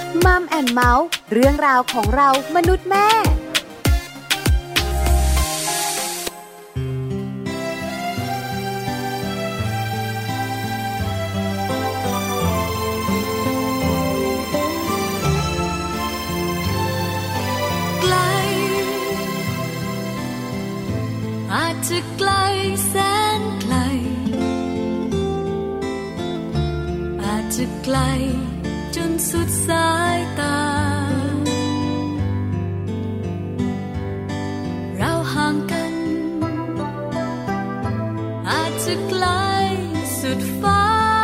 มัมแอนด์เมาส์เรื่องราวของเรามนุษย์แม่อาจจะไกลแสนไกลอาจจะไกลจนสุดสายตาเราห่างกันอาจจะไกลสุดฟ้า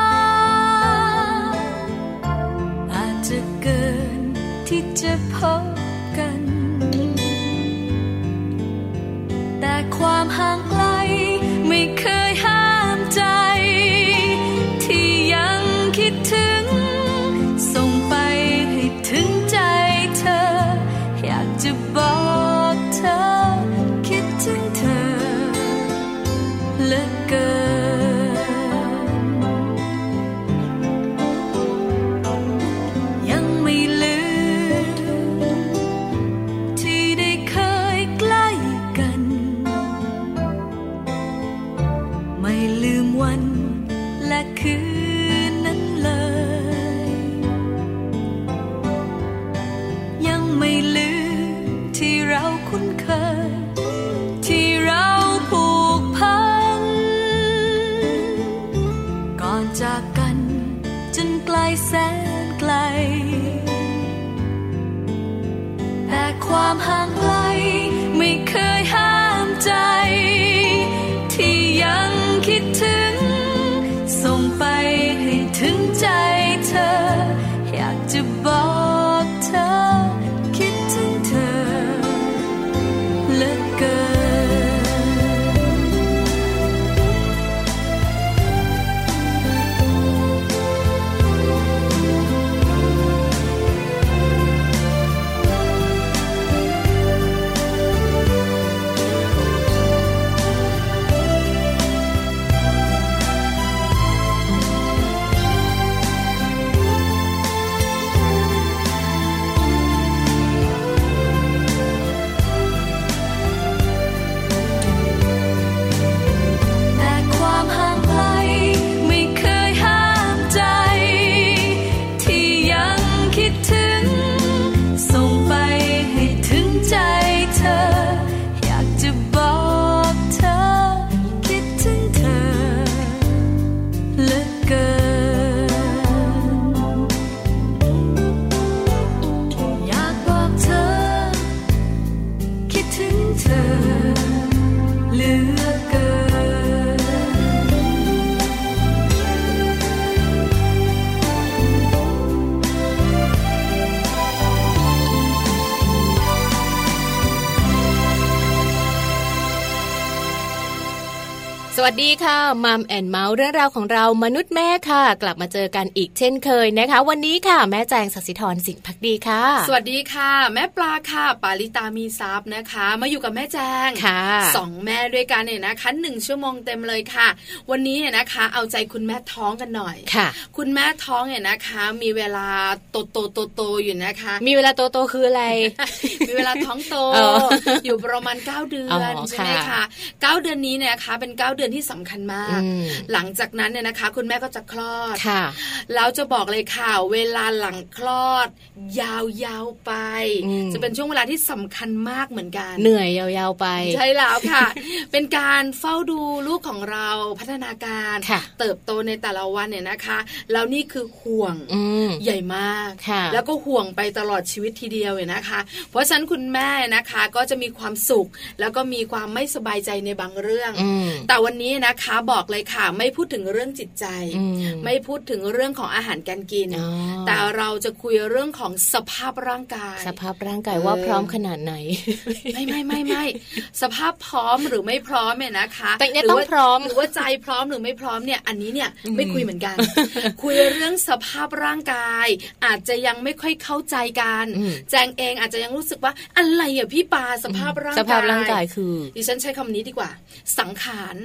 อาจจะเกินที่จะพบกันแต่ความห่างไกลไม่เคยห้ามใจที่ยังคิดถึงส่งไปให้ถึงใจเธออยากจะบอกเธอคิดถึงเธอเหลือเกินยังไม่ลืมที่ได้เคยใกล้กันไม่ลืมวันและคืนนั้นเลยยังไม่ลืมที่เราคุ้นเคยที่เราผูกพันก่อนจากกันจนไกลแสนไกลแต่ความห่างไกลไม่เคยห้ามใจที่ยังคิดถึงส่งไปให้ถึงใจเธออยากจะบอกเธอคิดถึงเธอเหลือเกินสวัสดีค่ะมัมแอนด์เมาส์เรื่องราวของเรามนุษย์แม่ค่ะกลับมาเจอกันอีกเช่นเคยนะคะวันนี้ค่ะแม่แจงศศิธรสิงห์ภักดีค่ะสวัสดีค่ะแม่ปลาค่ะปาริตามีทรัพย์นะคะมาอยู่กับแม่แจงค่ะ 2แม่ด้วยกันเนี่ยนะคะ1ชั่วโมงเต็มเลยค่ะวันนี้เนี่ยนะคะเอาใจคุณแม่ท้องกันหน่อยค่ะคุณแม่ท้องเนี่ยนะคะมีเวลาโตอยู่นะคะมีเวลาโตคืออะไรมีเวลาท้องโต อยู่ประมาณ9เดือนใช่ไหมคะ9เดือนนี้เนี่ยนะคะเป็น9เดือนที่สำคัญมากหลังจากนั้นเนี่ยนะคะคุณแม่ก็จะคลอดแล้วจะบอกเลยค่ะเวลาหลังคลอดยาวๆไปจะเป็นช่วงเวลาที่สำคัญมากเหมือนกันเหนื่อยยาวๆไปใช่แล้วค่ะ เป็นการเฝ้าดูลูกของเราพัฒนาการเติบโตในแต่ละวันเนี่ยนะคะแล้วนี่คือห่วงใหญ่มากแล้วก็ห่วงไปตลอดชีวิตทีเดียวเลยนะคะเพราะฉะนั้นคุณแม่นะคะก็จะมีความสุขแล้วก็มีความไม่สบายใจในบางเรื่องแต่วันนี้นะคะบอกเลยค่ะไม่พูดถึงเรื่องจิตใจไม่พูดถึงเรื่องของอาหารการกินแต่เราจะคุยเรื่องของสภาพร่างกายสภาพร่างกายว่าพร้อมขนาดไหนไม่สภาพพร้อมหรือไม่พร้อมเนี่ยนะคะแต่เนี่ยต้องพร้อมหรือว่าใจพร้อมหรือไม่พร้อมเนี่ยอันนี้เนี่ยไม่คุยเหมือนกันคุยเรื่องสภาพร่างกายอาจจะยังไม่ค่อยเข้าใจกันแจงเองอาจจะยังรู้สึกว่าอะไรอ่ะพี่ปาสภาพร่างกายคือดิฉันใช้คำนี้ดีกว่าสังขาร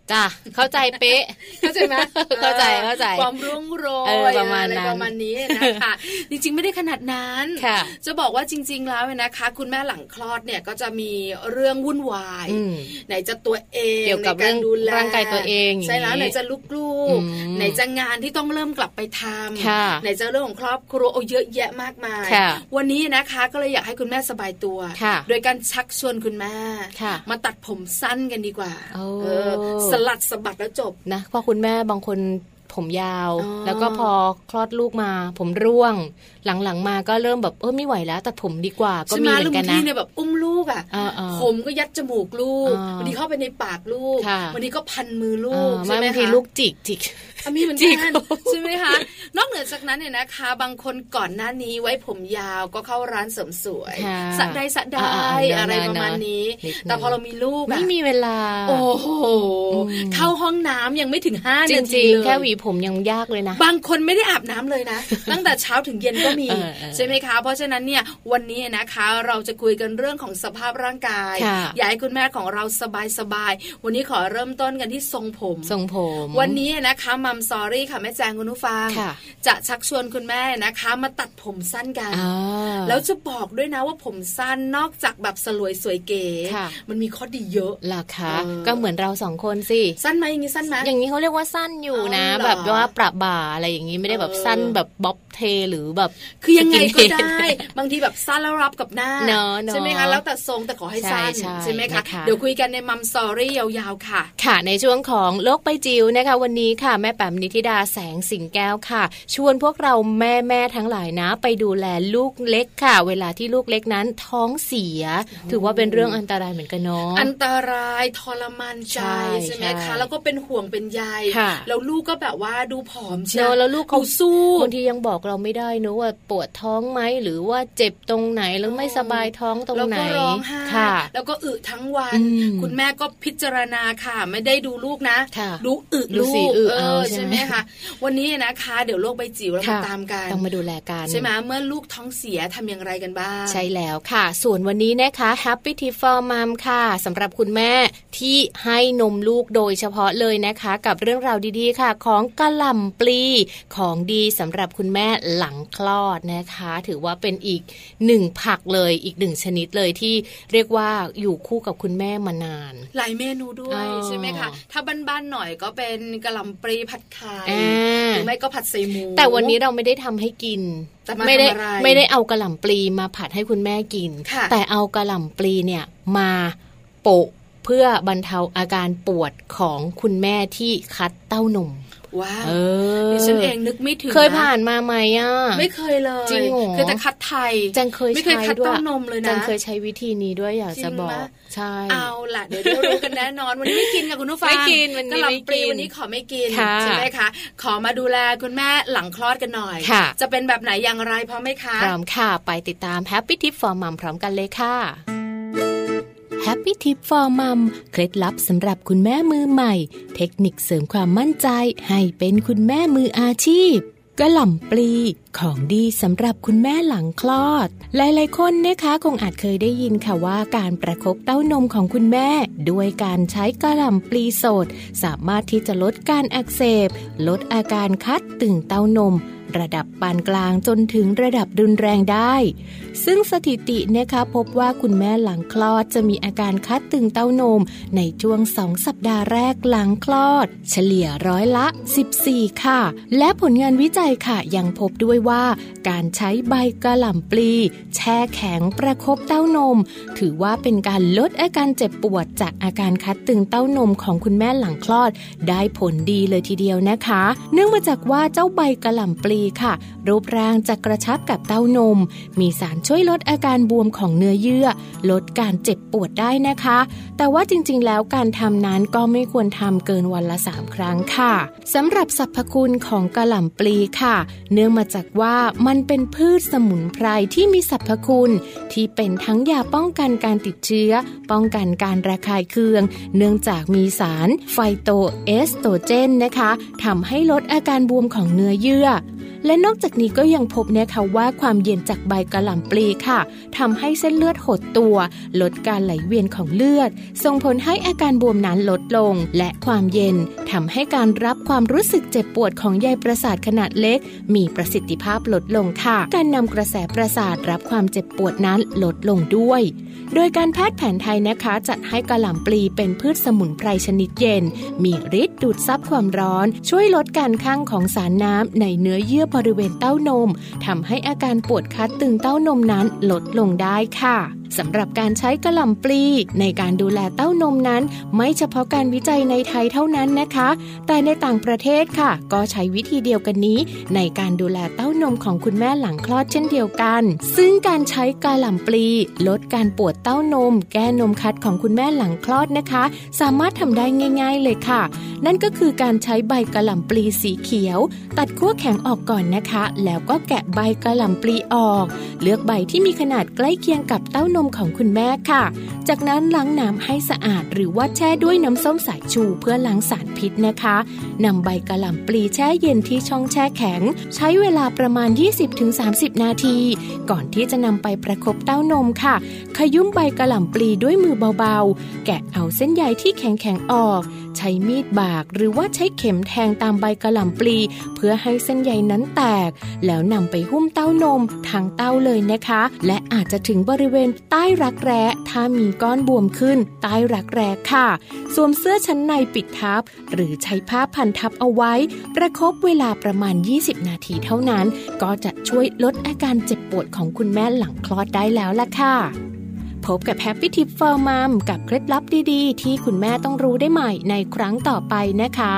จ้ะเข้าใจเป๊ะเข้าใจไหมเข้าใจความร่วงโรยประมาณนี้นะคะจริงๆไม่ได้ขนาดนั้นจะบอกว่าจริงๆแล้วนะคะคุณแม่หลังคลอดเนี่ยก็จะมีเรื่องวุ่นวายไหนจะตัวเองเกี่ยวกับเรื่องดูแลร่างกายตัวเองใช่แล้วไหนจะลูกๆไหนจะงานที่ต้องเริ่มกลับไปทำไหนจะเรื่องของครอบครัวเยอะแยะมากมายวันนี้นะคะก็เลยอยากให้คุณแม่สบายตัวโดยการชักชวนคุณแม่มาตัดผมสั้นกันดีกว่าสลัดสะบัดแล้วจบนะเพราะคุณแม่บางคนผมยาวแล้วก็พอคลอดลูกมาผมร่วงหลังๆมาก็เริ่มแบบไม่ไหวแล้วตัดผมดีกว่าก็มีเหมือนกันนะบางทีเนี่ยแบบอุ้มลูกอ่ะผมก็ยัดจมูกลูกบางทีเข้าไปในปากลูกบางทีก็พันมือลูกใช่ไหมคะบางทีลูกจิกมีเหมือนกันใช่ไหมคะนอกเหนือจากนั้นเนี่ยนะคะบางคนก่อนหน้านี้ไว้ผมยาวก็เข้าร้านเสริมสวยสะได้อะไรประมาณนี้แต่พอเรามีลูกไม่มีเวลาโอ้โหเข้าห้องน้ำยังไม่ถึง5 นาทีเลยแค่หวีผมยังยากเลยนะบางคนไม่ได้อาบน้ำเลยนะตั้งแต่เช้าถึงเย็นก็มีใช่ไหมคะเพราะฉะนั้นเนี่ยวันนี้นะคะเราจะคุยกันเรื่องของสภาพร่างกายอยากให้คุณแม่ของเราสบายวันนี้ขอเริ่มต้นกันที่ทรงผมวันนี้นะคะมัมซอรี่ค่ะแม่แจงคุณผู้ฟังจะชักชวนคุณแม่นะคะมาตัดผมสั้นกันแล้วจะบอกด้วยนะว่าผมสั้นนอกจากแบบสลวยสวยเก๋มันมีข้อดีเยอะล่ะคะก็เหมือนเรา2คนสิสั้นไหมอย่างนี้สั้นไหมอย่างนี้เขาเรียกว่าสั้นอยู่นะแบบว่าประบ่าอะไรอย่างนี้ไม่ได้แบบสั้นแบบบ๊อบเทหรือแบบคือยังไงก็ได้บางทีแบบสั้นแล้วรับกับหน้าใช่ไหมคะแล้วแต่ทรงแต่ขอให้สั้นใช่ไหมคะเดี๋ยวคุยกันในมัมสตอรี่ยาวๆค่ะค่ะในช่วงของโลกใบจิ๋วนะคะวันนี้ค่ะแม่แป๋มนิธิดาแสงสิงแก้วค่ะชวนพวกเราแม่ทั้งหลายนะไปดูแลลูกเล็กค่ะเวลาที่ลูกเล็กนั้นท้องเสียถือว่าเป็นเรื่องอันตรายเหมือนกันเนาะอันตรายทรมานใจใช่ไหมคะแล้วก็เป็นห่วงเป็นใยแล้วลูกก็แบบว่าดูผอมเชียวแล้วลูกเขาสู้บางทียังบอกเราไม่ได้นะว่าปวดท้องไหมหรือว่าเจ็บตรงไหนหรือไม่สบายท้องตรงไหนแล้วก็ร้องไห้แล้วก็อึทั้งวันคุณแม่ก็พิจารณาค่ะไม่ได้ดูลูกนะดูอึลูกใช่ไหมคะวันนี้นะคะเดี๋ยวโลกใบจิ๋วเรามาตามกันต้องมาดูแลกันใช่ไหมเมื่อลูกท้องเสียทำอย่างไรกันบ้างใช่แล้วค่ะส่วนวันนี้นะคะ Happy Tip for Mom ค่ะสำหรับคุณแม่ที่ให้นมลูกโดยเฉพาะเลยนะคะกับเรื่องราวดีๆค่ะของกะหล่ำปลีของดีสำหรับคุณแม่หลังคลอดนะคะถือว่าเป็นอีก1ผักเลยอีก1ชนิดเลยที่เรียกว่าอยู่คู่กับคุณแม่มานานหลายเมนูด้วยใช่ไหมคะถ้าบ้านๆหน่อยก็เป็นกะหล่ำปลีผัดไข่หรือไม่ก็ผัดใส่หมูแต่วันนี้เราไม่ได้ทำให้กินไม่ได้เอากะหล่ำปลีมาผัดให้คุณแม่กินแต่เอากะหล่ำปลีเนี่ยมาโปะเพื่อบรรเทาอาการปวดของคุณแม่ที่คัดเต้านมว้าวดิฉันเองนึกไม่ถึงเคยผ่านมาไหมอ่ะไม่เคยเลยจริงเหรอคือแต่คัดไทยจังเคยไม่เคยคัดเต้านมเลยนะจังเคยใช้วิธีนี้ด้วยอยากจะบอกใช่เอาล่ะเดี๋ยวรู้กันแน่นอนวันนี้ไม่กินค่ะคุณผู้ฟังไม่กินวันนี้ไม่กินวันนี้ขอไม่กินใช่ไหมคะขอมาดูแลคุณแม่หลังคลอดกันหน่อยจะเป็นแบบไหนอย่างไรพร้อมไหมคะพร้อมค่ะไปติดตาม Happy Tip for Mom พร้อมกันเลยค่ะHappy Tip for Mom เคล็ดลับสำหรับคุณแม่มือใหม่เทคนิคเสริมความมั่นใจให้เป็นคุณแม่มืออาชีพกะหล่ำปลีของดีสำหรับคุณแม่หลังคลอดหลายๆคนนะคะคงอาจเคยได้ยินค่ะว่าการประคบเต้านมของคุณแม่ด้วยการใช้กะหล่ำปลีสดสามารถที่จะลดการอักเสบลดอาการคัดตึงเต้านมระดับปานกลางจนถึงระดับรุนแรงได้ซึ่งสถิตินะคะพบว่าคุณแม่หลังคลอดจะมีอาการคัดตึงเต้านมในช่วง2 สัปดาห์แรกหลังคลอดเฉลี่ย14%ค่ะและผลงานวิจัยค่ะยังพบด้วยว่าการใช้ใบกะหล่ำปลีแช่แข็งประคบเต้านมถือว่าเป็นการลดอาการเจ็บปวดจากอาการคัดตึงเต้านมของคุณแม่หลังคลอดได้ผลดีเลยทีเดียวนะคะเนื่องมาจากว่าเจ้าใบกะหล่ำปลีค่ะรูปร่างจะกระชับกับเต้านมมีสารช่วยลดอาการบวมของเนื้อเยื่อลดการเจ็บปวดได้นะคะแต่ว่าจริงๆแล้วการทำนั้นก็ไม่ควรทำเกินวันละ3 ครั้งค่ะสำหรับสรรพคุณของกะหล่ำปลีค่ะเนื่องมาจากว่ามันเป็นพืชสมุนไพรที่มีสรรพคุณที่เป็นทั้งยาป้องกันการติดเชื้อป้องกันการระคายเคืองเนื่องจากมีสารไฟโตเอสโตรเจนนะคะทำให้ลดอาการบวมของเนื้อเยื่อและนอกจากนี้ก็ยังพบนะคะว่าความเย็นจากใบกะหล่ำปลีค่ะทำให้เส้นเลือดหดตัวลดการไหลเวียนของเลือดส่งผลให้อาการบวมนั้นลดลงและความเย็นทำให้การรับความรู้สึกเจ็บปวดของใยประสาทขนาดเล็กมีประสิทธิภาพลดลงค่ะการนำกระแสประสาทรับความเจ็บปวดนั้นลดลงด้วยโดยการแพทย์แผนไทยนะคะจัดให้กะหล่ำปลีเป็นพืชสมุนไพรชนิดเย็นมีฤทธิ์ดูดซับความร้อนช่วยลดการคั่งของสารน้ำในเนื้อเยื่อบริเวณเต้านมทำให้อาการปวดคัดตึงเต้านมนั้นลดลงได้ค่ะสำหรับการใช้กะหล่ำปลีในการดูแลเต้านมนั้นไม่เฉพาะการวิจัยในไทยเท่านั้นนะคะแต่ในต่างประเทศค่ะก็ใช้วิธีเดียวกันนี้ในการดูแลเต้านมของคุณแม่หลังคลอดเช่นเดียวกันซึ่งการใช้กะหล่ำปลีลดการปวดเต้านมแก้นมคัดของคุณแม่หลังคลอดนะคะสามารถทำได้ง่ายๆเลยค่ะนั่นก็คือการใช้ใบกะหล่ำปลีสีเขียวตัดขั้วแข็งออกก่อนนะคะแล้วก็แกะใบกะหล่ำปลีออกเลือกใบที่มีขนาดใกล้เคียงกับเต้านมของคุณแม่ค่ะจากนั้นล้างน้ำให้สะอาดหรือว่าแช่ด้วยน้ำส้มสายชูเพื่อล้างสารพิษนะคะนำใบกะหล่ำปลีแช่เย็นที่ช่องแช่แข็งใช้เวลาประมาณ 20-30 นาทีก่อนที่จะนำไปประคบเต้านมค่ะขยุ้มใบกะหล่ำปลีด้วยมือเบาๆแกะเอาเส้นใยที่แข็งๆออกใช้มีดบากหรือว่าใช้เข็มแทงตามใบกะหล่ำปลีเพื่อให้เส้นใยนั้นแตกแล้วนำไปหุ้มเต้านมทั้งเต้าเลยนะคะและอาจจะถึงบริเวณใต้รักแร้ถ้ามีก้อนบวมขึ้นใต้รักแร้ค่ะสวมเสื้อชั้นในปิดทับหรือใช้ผ้าพันทับเอาไว้ประคบเวลาประมาณ20นาทีเท่านั้นก็จะช่วยลดอาการเจ็บปวดของคุณแม่หลังคลอดได้แล้วล่ะค่ะพบกับ Happy Tip for Mom กับเคล็ดลับดีๆที่คุณแม่ต้องรู้ได้ใหม่ในครั้งต่อไปนะคะ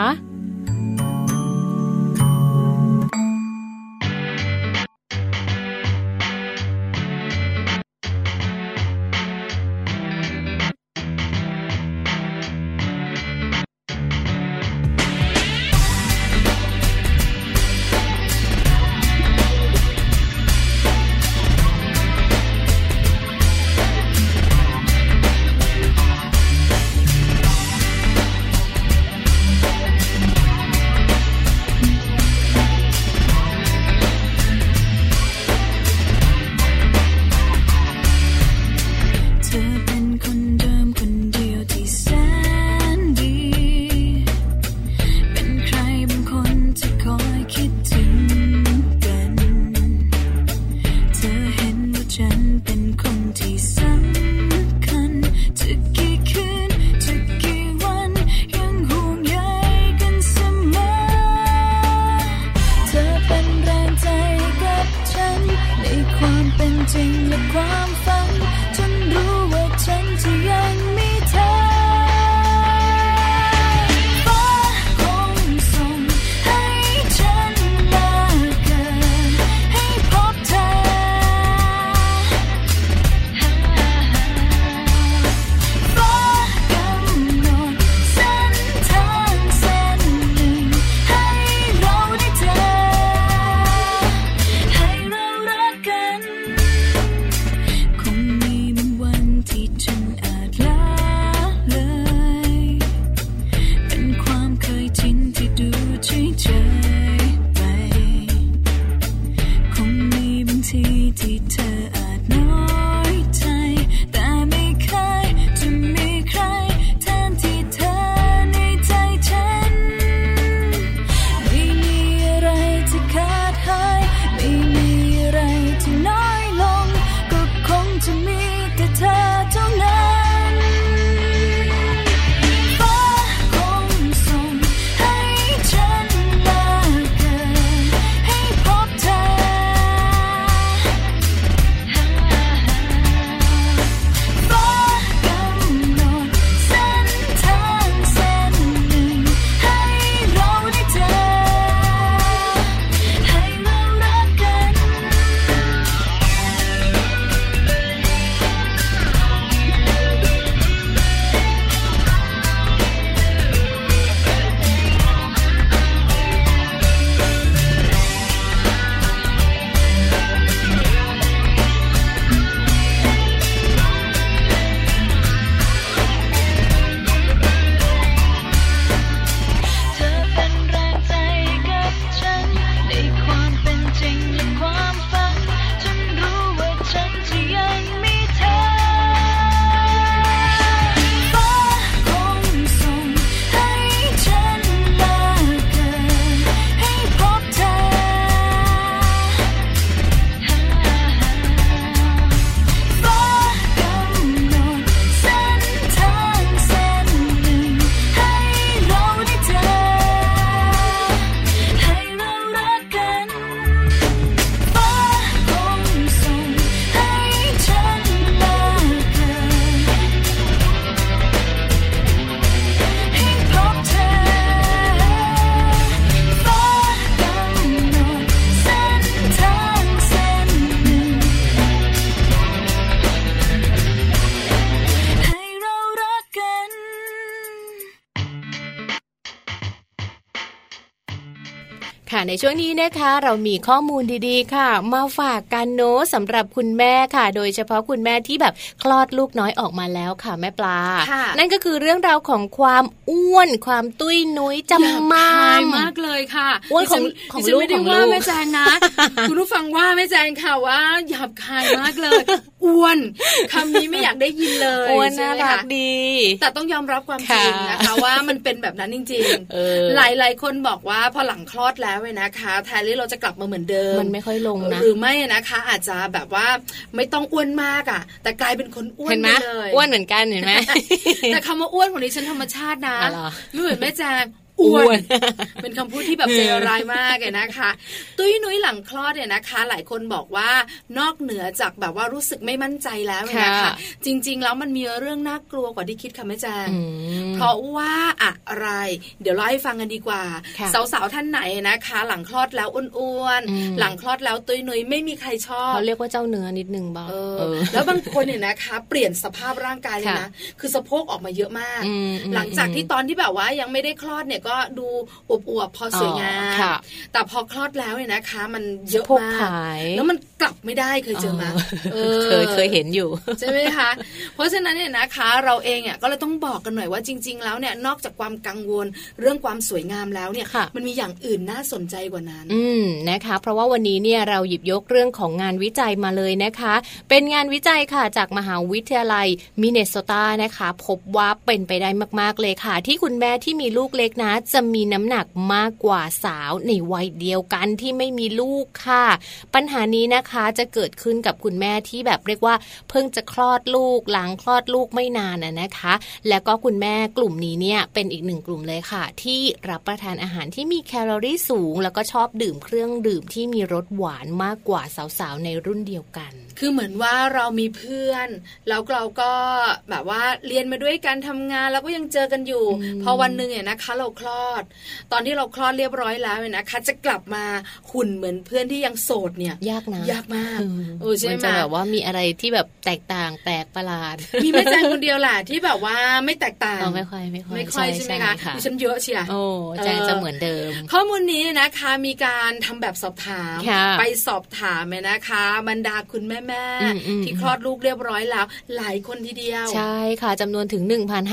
ในช่วงนี้นะคะเรามีข้อมูลดีๆค่ะมาฝากกันโน้สำหรับคุณแม่ค่ะโดยเฉพาะคุณแม่ที่แบบคลอดลูกน้อยออกมาแล้วค่ะแม่ปลานั่นก็คือเรื่องราวของความอ้วนความตุ้ยนุ้ยจำมามากเลยค่ะอ้วนของลูกของลูกแม่แจงนะ คุณผู้ฟังว่าแม่แจงค่ะว่าหยาบคายมากเลยอ้วนคำนี้ไม่อยากได้ยินเลยอ้วนน่ารักดีแต่ต้องยอมรับความจริงนะคะว่ามันเป็นแบบนั้นจริงๆหลายๆคนบอกว่าพอหลังคลอดแล้วเนี่ยนะคะแทนที่เราจะกลับมาเหมือนเดิมมันไม่ค่อยลงนะหรือไม่นะคะอาจจะแบบว่าไม่ต้องอ้วนมากอ่ะแต่กลายเป็นคนอ้วนเลยอ้วนเหมือนกันเห็นไหมแต่คำว่าอ้วนของดิฉันธรรมชาตินะไม่เหมือนแม่แจงอ้วนเป็นคำพูดที่แบบใจร้ายมากเลยนะคะตุ้ยนุ้ยหลังคลอดเนี่ยนะคะหลายคนบอกว่านอกเหนือจากแบบว่ารู้สึกไม่มั่นใจแล้วนะคะจริงๆแล้วมันมีเรื่องน่ากลัวกว่าที่คิดค่ะแม่แจงเพราะว่าอะไรเดี๋ยวเล่าให้ฟังกันดีกว่าสาวๆท่านไหนนะคะหลังคลอดแล้วอ้วนๆหลังคลอดแล้วตุ้ยนุ้ยไม่มีใครชอบเขาเรียกว่าเจ้าเนื้อนิดนึงบ้างแล้วบางคนเนี่ยนะคะเปลี่ยนสภาพร่างกายเลยนะคือสะโพกออกมาเยอะมากหลังจากที่ตอนที่แบบว่ายังไม่ได้คลอดเนี่ยก็ดูอวบๆพอสวยงามแต่พอคลอดแล้วเนี่ยนะคะมันเยอะมากแล้วมันกลับไม่ได้เคยเจอมาเคยเห็นอยู่ใช่ไหมคะเพราะฉะนั้นเนี่ยนะคะเราเองอ่ะก็เลยต้องบอกกันหน่อยว่าจริงๆแล้วเนี่ยนอกจากความกังวลเรื่องความสวยงามแล้วเนี่ยมันมีอย่างอื่นน่าสนใจกว่านั้นนะคะเพราะว่าวันนี้เนี่ยเราหยิบยกเรื่องของงานวิจัยมาเลยนะคะเป็นงานวิจัยค่ะจากมหาวิทยาลัยมินเนโซตานะคะพบว่าเป็นไปได้มากๆเลยค่ะที่คุณแม่ที่มีลูกเล็กนะจะมีน้ำหนักมากกว่าสาวในวัยเดียวกันที่ไม่มีลูกค่ะปัญหานี้นะคะจะเกิดขึ้นกับคุณแม่ที่แบบเรียกว่าเพิ่งจะคลอดลูกหลังคลอดลูกไม่นานนะคะแล้วก็คุณแม่กลุ่มนี้เนี่ยเป็นอีกหนึ่งกลุ่มเลยค่ะที่รับประทานอาหารที่มีแคลอรี่สูงแล้วก็ชอบดื่มเครื่องดื่มที่มีรสหวานมากกว่าสาวๆในรุ่นเดียวกันคือเหมือนว่าเรามีเพื่อนแล้วเราก็แบบว่าเรียนมาด้วยกันทำงานแล้วก็ยังเจอกันอยู่พอวันนึงเนี่ยนะคะเราคลอดตอนที่เราคลอดเรียบร้อยแล้วเนี่ยนะคะจะกลับมาหุ่นเหมือนเพื่อนที่ยังโสดเนี่ยยากนะยากมากใช่ไหมมันจะแบบว่ามีอะไรที่แบบแตกต่างแปลกประหลาดมีแม่แจงคนเดียวแหละที่แบบว่าไม่แตกต่างไม่ค่อยใช่ไหมคะดิฉันเยอะเชียร์แจงจะเหมือนเดิมข้อมูลนี้นะคะมีการทำแบบสอบถามไปสอบถามเนี่ยนะคะบรรดาคุณแม่ที่คลอดลูกเรียบร้อยแล้วหลายคนทีเดียวใช่ค่ะจำนวนถึง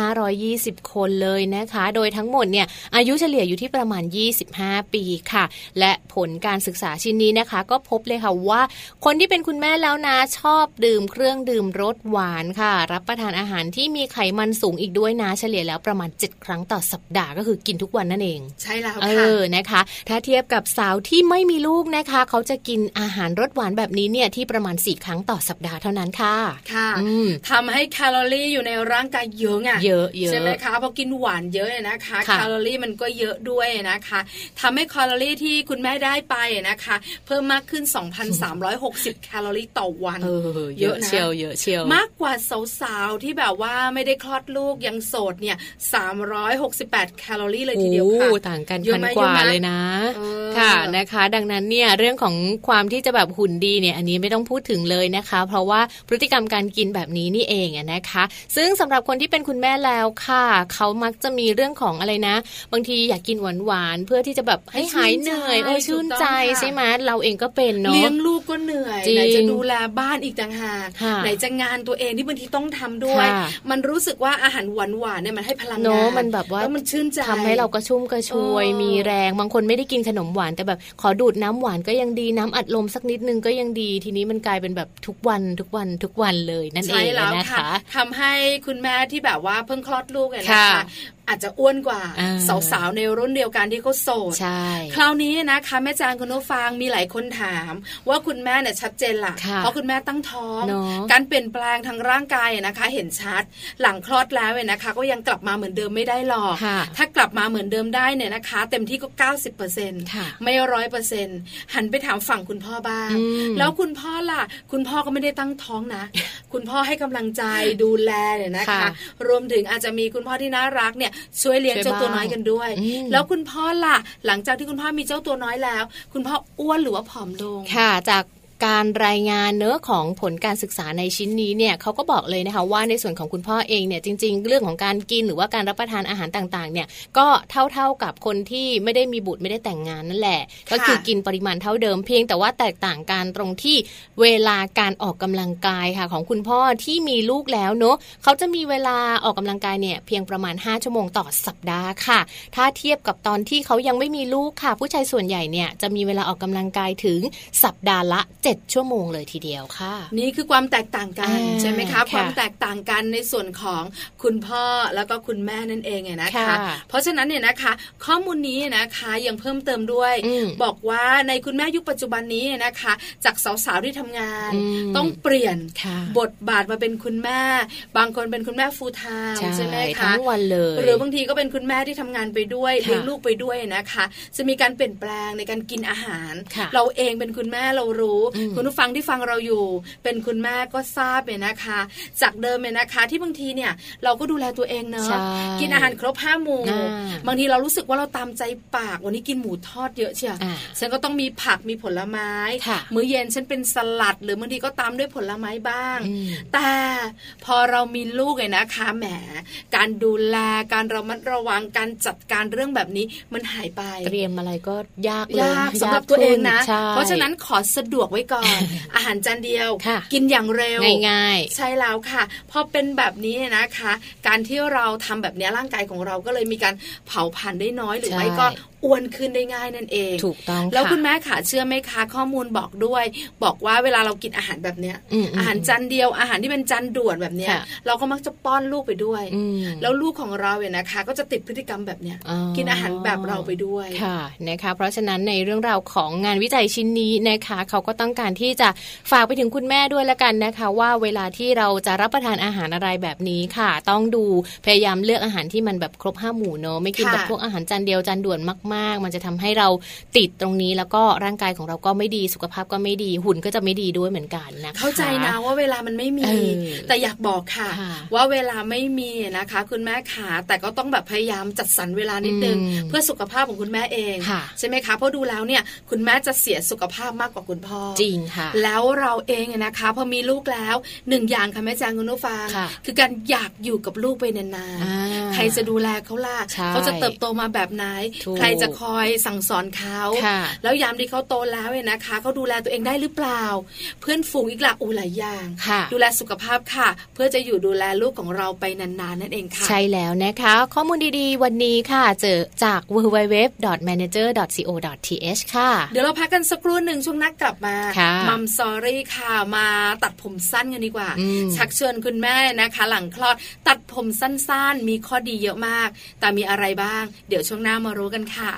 1,520 คนเลยนะคะโดยทั้งหมดเนี่ยอายุเฉลี่ยอยู่ที่ประมาณ25 ปีค่ะและผลการศึกษาชิ้นนี้นะคะก็พบเลยค่ะว่าคนที่เป็นคุณแม่แล้วนะชอบดื่มเครื่องดื่มรสหวานค่ะรับประทานอาหารที่มีไขมันสูงอีกด้วยนะเฉลี่ยแล้วประมาณ7ครั้งต่อสัปดาห์ก็คือกินทุกวันนั่นเองใช่แล้วค่ะนะคะถ้าเทียบกับสาวที่ไม่มีลูกนะคะเขาจะกินอาหารรสหวานแบบนี้เนี่ยที่ประมาณ4ครั้งต่อสัปดาห์เท่านั้นค่ะทำให้แคลอรี่อยู่ในร่างกายเยอะไงเยอะใช่ไหมคะพอกินหวานเยอะนะคะแคลอรี่มันก็เยอะด้วยนะคะทำให้แคลอรี่ที่คุณแม่ได้ไปนะคะเพิ่มมากขึ้น 2,360 แคลอรี่ต่อวันเยอะเชียวมากกว่าสาวๆที่แบบว่าไม่ได้คลอดลูกยังโสดเนี่ย368แคลอรี่เลยทีเดียวค่ะต่างกัน1,000 กว่าเลยนะค่ะนะคะดังนั้นเนี่ยเรื่องของความที่จะแบบหุ่นดีเนี่ยอันนี้ไม่ต้องพูดถึงเลยนะคะเพราะว่าพฤติกรรมการกินแบบนี้นี่เองนะคะซึ่งสำหรับคนที่เป็นคุณแม่แล้วค่ะเขามักจะมีเรื่องของอะไรนะบางทีอยากกินหวานๆเพื่อที่จะแบบให้หายเหนื่อยชื่นใจใช่ไหมเราเองก็เป็นเนาะเลี้ยงลูกก็เหนื่อยไหนจะดูแลบ้านอีกต่างหากไหนจะงานตัวเองที่บางทีต้องทำด้วยมันรู้สึกว่าอาหารหวานๆเนี่ยมันให้พลังงานมันแบบว่าแล้วมันชื่นใจทำให้เรากระชุ่มกระชวยมีแรงบางคนไม่ได้กินขนมหวานแต่แบบขอดูดน้ำหวานก็ยังดีน้ำอัดลมสักนิดนึงก็ยังดีทีนี้มันกลายเป็นแบบทุกวันเลยนั่นเองนะคะทำให้คุณแม่ที่แบบว่าเพิ่งคลอดลูกเนี่ยนะคะอาจจะอ้วนกว่าสาวๆในรุ่นเดียวกันที่เขาโสดคราวนี้นะคะแม่จางคุณผู้ฟังมีหลายคนถามว่าคุณแม่เนี่ยชัดเจนล่ะเพราะคุณแม่ตั้งท้องการเปลี่ยนแปลงทางร่างกายนะคะเห็นชัดหลังคลอดแล้วเนี่ยนะคะก็ยังกลับมาเหมือนเดิมไม่ได้หรอกถ้ากลับมาเหมือนเดิมได้เนี่ยนะคะเต็มที่ก็ 90% ไม่ 100% หันไปถามฝั่งคุณพ่อบ้างแล้วคุณพ่อล่ะคุณพ่อก็ไม่ได้ตั้งท้องนะคุณพ่อให้กำลังใจดูแลเนี่ยนะคะรวมถึงอาจจะมีคุณพ่อที่น่ารักเนี่ยช่วยเลี้ยงเจ้าตัวน้อยกันด้วยแล้วคุณพ่อล่ะหลังจากที่คุณพ่อมีเจ้าตัวน้อยแล้วคุณพ่ออ้วนหรือว่าผอมลงค่ะจากการรายงานเนื้อของผลการศึกษาในชิ้นนี้เนี่ยเขาก็บอกเลยนะคะว่าในส่วนของคุณพ่อเองเนี่ยจริงๆเรื่องของการกินหรือว่าการรับประทานอาหารต่างๆเนี่ยก็เท่ากับคนที่ไม่ได้มีบุตรไม่ได้แต่งงานนั่นแหละก็คือกินปริมาณเท่าเดิมเพียงแต่ว่าแตกต่างกันตรงที่เวลาการออกกำลังกายค่ะของคุณพ่อที่มีลูกแล้วเนอะเขาจะมีเวลาออกกำลังกายเนี่ยเพียงประมาณ5ชั่วโมงต่อสัปดาห์ค่ะถ้าเทียบกับตอนที่เขายังไม่มีลูกค่ะผู้ชายส่วนใหญ่เนี่ยจะมีเวลาออกกำลังกายถึงสัปดาห์ละ7ชั่วโมงเลยทีเดียวค่ะนี่คือความแตกต่างกันใช่ไหมคะความแตกต่างกันในส่วนของคุณพ่อแล้วก็คุณแม่นั่นเองไงนะคะเพราะฉะนั้นเนี่ยนะคะข้อมูลนี้นะคะยังเพิ่มเติมด้วยบอกว่าในคุณแม่ยุคปัจจุบันนี้นะคะจากสาวๆที่ทำงานต้องเปลี่ยนบทบาทมาเป็นคุณแม่บางคนเป็นคุณแม่ full time ใช่ไหมคะทั้งวันเลยหรือบางทีก็เป็นคุณแม่ที่ทำงานไปด้วยเลี้ยงลูกไปด้วยนะคะจะมีการเปลี่ยนแปลงในการกินอาหารเราเองเป็นคุณแม่เรารู้คุณผู้ฟังที่ฟังเราอยู่เป็นคุณแม่ก็ทราบเนี่ยนะคะจากเดิมเนี่ยนะคะที่บางทีเนี่ยเราก็ดูแลตัวเองเนอะกินอาหารครบ5 หมู่บางทีเรารู้สึกว่าเราตามใจปากวันนี้กินหมูทอดเยอะเชียวฉันก็ต้องมีผักมีผลไม้มื้อเย็นฉันเป็นสลัดหรือบางทีก็ตามด้วยผลไม้บ้างแต่พอเรามีลูกเนี่ยนะคะแหมการดูแลการระมัดระวังการจัดการเรื่องแบบนี้มันหายไปเตรียมอะไรก็ยากเลยสำหรับตัวเองนะเพราะฉะนั้นขอสะดวกไว้ก่อนอาหารจานเดียวกินอย่างเร็วง่ายๆใช่แล้วค่ะพอเป็นแบบนี้นะคะการที่เราทำแบบนี้ร่างกายของเราก็เลยมีการเผาผลาญได้น้อยหรือไม่ก็อ้วนขึ้นได้ง่ายนั่นเองถูกต้องแล้วคุณแม่ขาเชื่อไหมคะข้อมูลบอกด้วยบอกว่าเวลาเรากินอาหารแบบเนี้ยอาหารจานเดียวอาหารที่เป็นจานด่วนแบบเนี้ยเราก็มักจะป้อนลูกไปด้วยแล้วลูกของเราเนี่ยนะคะก็จะติดพฤติกรรมแบบเนี้ยกินอาหารแบบเราไปด้วยค่ะนะคะเพราะฉะนั้นในเรื่องราวของงานวิจัยชิ้นนี้นะคะเขาก็ต้องการที่จะฝากไปถึงคุณแม่ด้วยละกันนะคะว่าเวลาที่เราจะรับประทานอาหารอะไรแบบนี้ค่ะต้องดูพยายามเลือกอาหารที่มันแบบครบ5 หมู่เนาะไม่กินแบบพวกอาหารจานเดียวจานด่วนมากมันจะทำให้เราติดตรงนี้แล้วก็ร่างกายของเราก็ไม่ดีสุขภาพก็ไม่ดีหุ่นก็จะไม่ดีด้วยเหมือนกันนะคะเข้าใจนะว่าเวลามันไม่มีแต่อยากบอกค่ะว่าเวลาไม่มีนะคะคุณแม่ขาแต่ก็ต้องแบบพยายามจัดสรรเวลานิดนึงเพื่อสุขภาพของคุณแม่เองใช่ไหมคะเพราะดูแล้วเนี่ยคุณแม่จะเสียสุขภาพมากกว่าคุณพ่อจริงค่ะแล้วเราเองนะคะพอมีลูกแล้ว1อย่างค่ะแม่แจงคุณผู้ฟังคือการอยากอยู่กับลูกไปนานๆใครจะดูแลเขาล่ะเขาจะเติบโตมาแบบไหนใครจะคอยสั่งสอนเขาแล้วยามที่เขาโตแล้วเนี่ยนะคะเขาดูแลตัวเองได้หรือเปล่าเพื่อนฝูงอีกหลากหลายอย่างดูแลสุขภาพค่ะเพื่อจะอยู่ดูแลลูกของเราไปนานๆนั่นเองค่ะใช่แล้วนะคะข้อมูลดีๆวันนี้ค่ะเจอจาก www.manager.co.th ค่ะเดี๋ยวเราพักกันสักครู่หนึ่งช่วงนักกลับมามัมซอรี่ค่ะมาตัดผมสั้นกันดีกว่าชักชวนคุณแม่นะคะหลังคลอดตัดผมสั้นๆมีข้อดีเยอะมากแต่มีอะไรบ้างเดี๋ยวช่วงหน้ามารู้กันค่ะ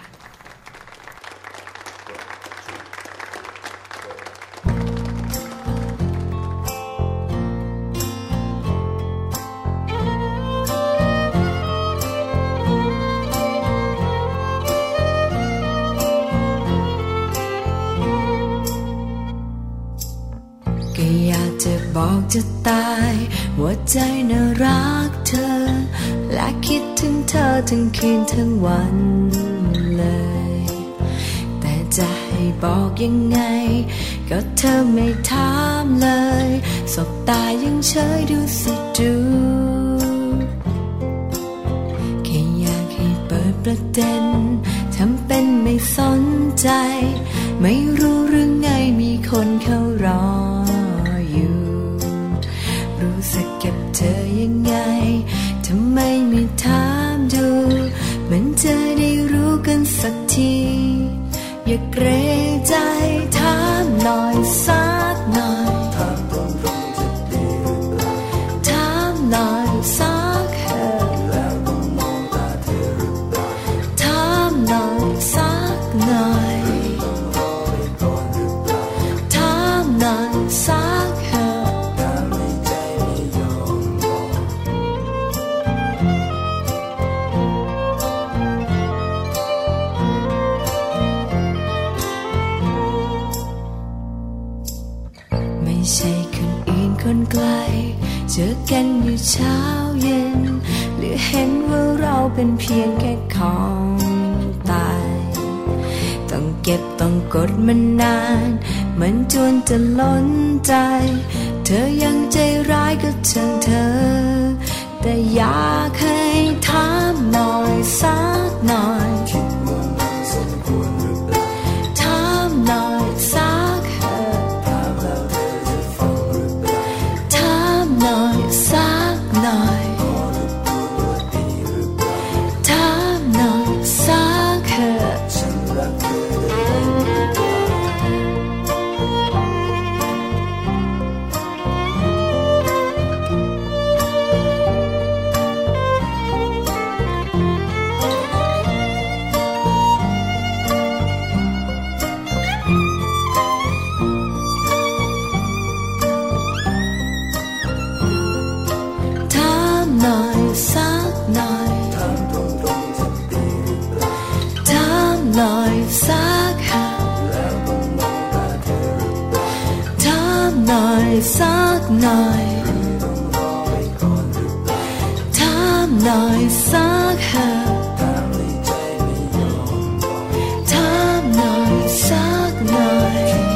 บอกจะตายว่าใจน่ารักเธอและคิดถึงเธอทั้งคืนทั้งวันเลยแต่จะให้บอกยังไงก็เธอไม่ถามเลยสบตายังเฉยดูสิดูแค่อยากให้เปิดประเด็นทำเป็นไม่สนใจไม่รู้เรื่องไงมีคนเขารอรู้สึกกับเธอยังไงทำไมไม่ถามดูมันจะได้รู้กันสักทีอย่าเกรงใจถามหน่อยสักหน่อยถามตรงๆจะดีหรือเปล่าถามหน่อยสักเถอะแล้วต้องมองตาเธอหรือเปล่าถามหน่อยสักหน่อยต้องรอไปก่อนหรือเปล่าถามหน่อยสักเถอะไม่ใช่คนอื่นคนไกลเจอกันอยู่เช้าเย็นหรือเห็นว่าเราเป็นเพียงแค่ของตายต้องเก็บต้องกดมานานมันจนจะล้นใจเธอยังใจร้ายก็ช่างเธอแต่อยากให้ถามหน่อยสักหน่อยถามหน่อยสักเถอะถามหน่อยสักหน่อยถามหน่อยสักเถอะสักหน่อยถามหน่อยสักเถอะถามหน่อยสักหน่อย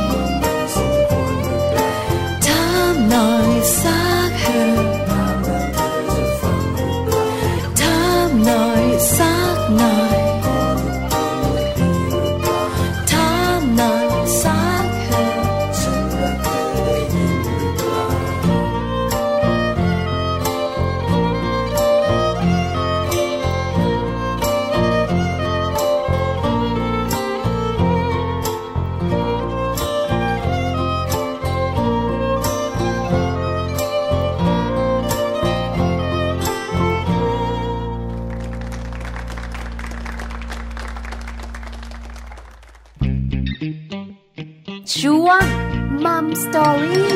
ถามหน่อยสักเถอะถามหน่อยสักหน่อยถามหน่อยสักช่วงมัมสตอรี่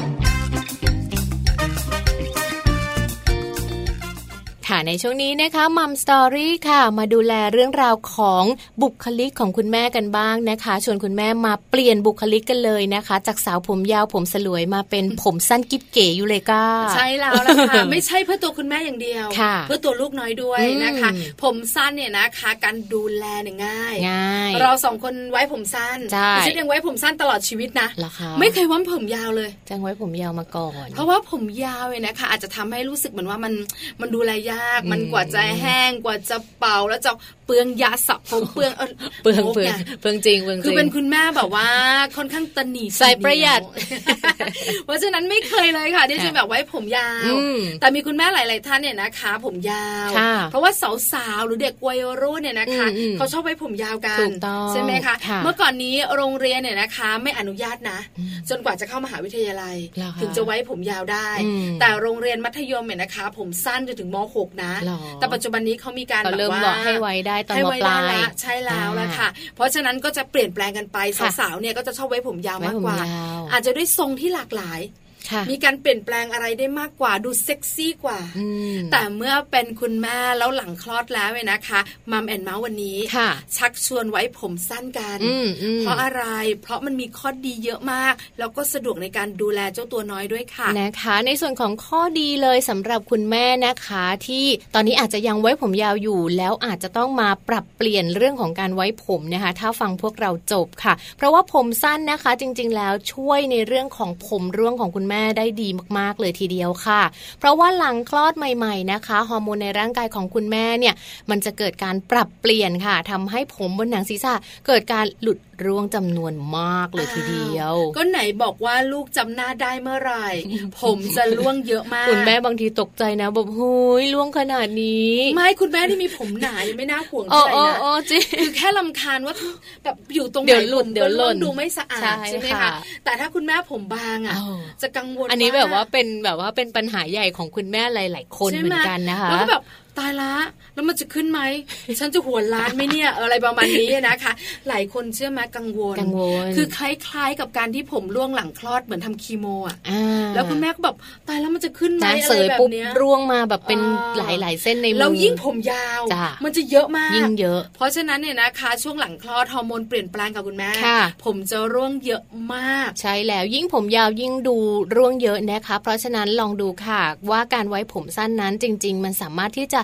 ค่ะในช่วงนี้นะคะมัมสตอรี่ค่ะมาดูแลเรื่องราวของบุคลิกของคุณแม่กันบ้างนะคะชวนคุณแม่มาเปลี่ยนบุคลิกกันเลยนะคะจากสาวผมยาวผมสลวยมาเป็นผมสั้นกิ๊บเก๋อยู่เลยก็ใช่แล้วล่ะค่ะ ไม่ใช่เพื่อตัวคุณแม่อย่างเดียวเพื่อตัวลูกน้อยด้วยนะคะผมสั้นเนี่ยนะคะการดูแลเนี่ยง่ายเราสองคนไว้ผมสั้นฉันยังไว้ผมสั้นตลอดชีวิตนะไม่เคยไว้ผมยาวเลยจังไว้ผมยาวมาก่อนเพราะว่าผมยาวเนี่ยนะคะอาจจะทำให้รู้สึกเหมือนว่ามันดูแลยากมันกว่าจะแห้งกว่าจะเป่าแล้วจะเปลืองยาสระผมเปลืองจริงคือเป็นคุณแม่แบบว่าค่อนข้างตนีใส่ประหยัดเพราะฉะนั้นไม่เคยเลยค่ะที่จะแบบไว้ผมยาวแต่มีคุณแม่หลายๆท่านเนี่ยนะคะผมยาวเพราะว่าสาวๆหรือเด็กวัยรุ่นเนี่ยนะคะเขาชอบไว้ผมยาวกันใช่ไหมคะเมื่อก่อนนี้โรงเรียนเนี่ยนะคะไม่อนุญาตนะจนกว่าจะเข้ามหาวิทยาลัยถึงจะไว้ผมยาวได้แต่โรงเรียนมัธยมเนี่ยนะคะผมสั้นจนถึงม.6 นะแต่ปัจจุบันนี้เขามีการแบบว่าให้ไว้ได้ตอนม.ปลายใช่แล้วล่ะค่ะเพราะฉะนั้นก็จะเปลี่ยนแปลงกันไปสาวๆเนี่ยก็จะชอบไว้ผมยาวมากกว่าอาจจะด้วยทรงที่หลากหลายมีการเปลี่ยนแปลงอะไรได้มากกว่าดูเซ็กซี่กว่าแต่เมื่อเป็นคุณแม่แล้วหลังคลอดแล้วเนี่ยนะคะมัมแอนด์เมาส์วันนี้ชักชวนไว้ผมสั้นกันเพราะอะไรเพราะมันมีข้อดีเยอะมากแล้วก็สะดวกในการดูแลเจ้าตัวน้อยด้วยค่ะนะคะในส่วนของข้อดีเลยสำหรับคุณแม่นะคะที่ตอนนี้อาจจะยังไว้ผมยาวอยู่แล้วอาจจะต้องมาปรับเปลี่ยนเรื่องของการไว้ผมนะคะถ้าฟังพวกเราจบค่ะเพราะว่าผมสั้นนะคะจริงๆแล้วช่วยในเรื่องของผมร่วงของคุณแม่ได้ดีมากๆเลยทีเดียวค่ะเพราะว่าหลังคลอดใหม่ๆนะคะฮอร์โมนในร่างกายของคุณแม่เนี่ยมันจะเกิดการปรับเปลี่ยนค่ะทำให้ผมบนหนังศีรษะเกิดการหลุดร่วงจำนวนมากเลยทีเดียวก็ไหนบอกว่าลูกจำหน้าได้เมื่อไหร่ ผมจะร่วงเยอะมากคุณแม่บางทีตกใจนะแบบโอ้ยร่วงขนาดนี้ไม่คุณแม่ที่มีผมหนายังไม่น่าห่วงเท่าไหร่นะคือแค่รำคาญว่าแบบอยู่ตรงไหนหล่นดูไม่สะอาดใช่ไหมคะแต่ถ้าคุณแม่ผมบางอ่ะจะกังวลอันนี้แบบว่าเป็นปัญหาใหญ่ของคุณแม่หลายๆคนเหมือนกันนะคะแล้วแบบตายละแล้วมันจะขึ้นไหม ฉันจะหัวล้านไหมเนี่ยอะไรประมาณนี้นะคะหลายคนเชื่อไหมกังวลคือคล้ายๆกับการที่ผมร่วงหลังคลอดเหมือนทำคีโมอ่ะแล้วคุณแม่ก็แบบตายแล้วมันจะขึ้นไหมอะไรแบบเนี้ยร่วงมาแบบเป็นหลายๆเส้นในมือแล้วยิ่งผมยาวมันจะเยอะมากยิ่งเยอะเพราะฉะนั้นเนี่ยนะคะช่วงหลังคลอดฮอร์โมนเปลี่ยนแปลงกับคุณแม่ผมจะร่วงเยอะมากใช่แล้วยิ่งผมยาวยิ่งดูร่วงเยอะนะคะเพราะฉะนั้นลองดูค่ะว่าการไว้ผมสั้นนั้นจริงๆมันสามารถที่จะ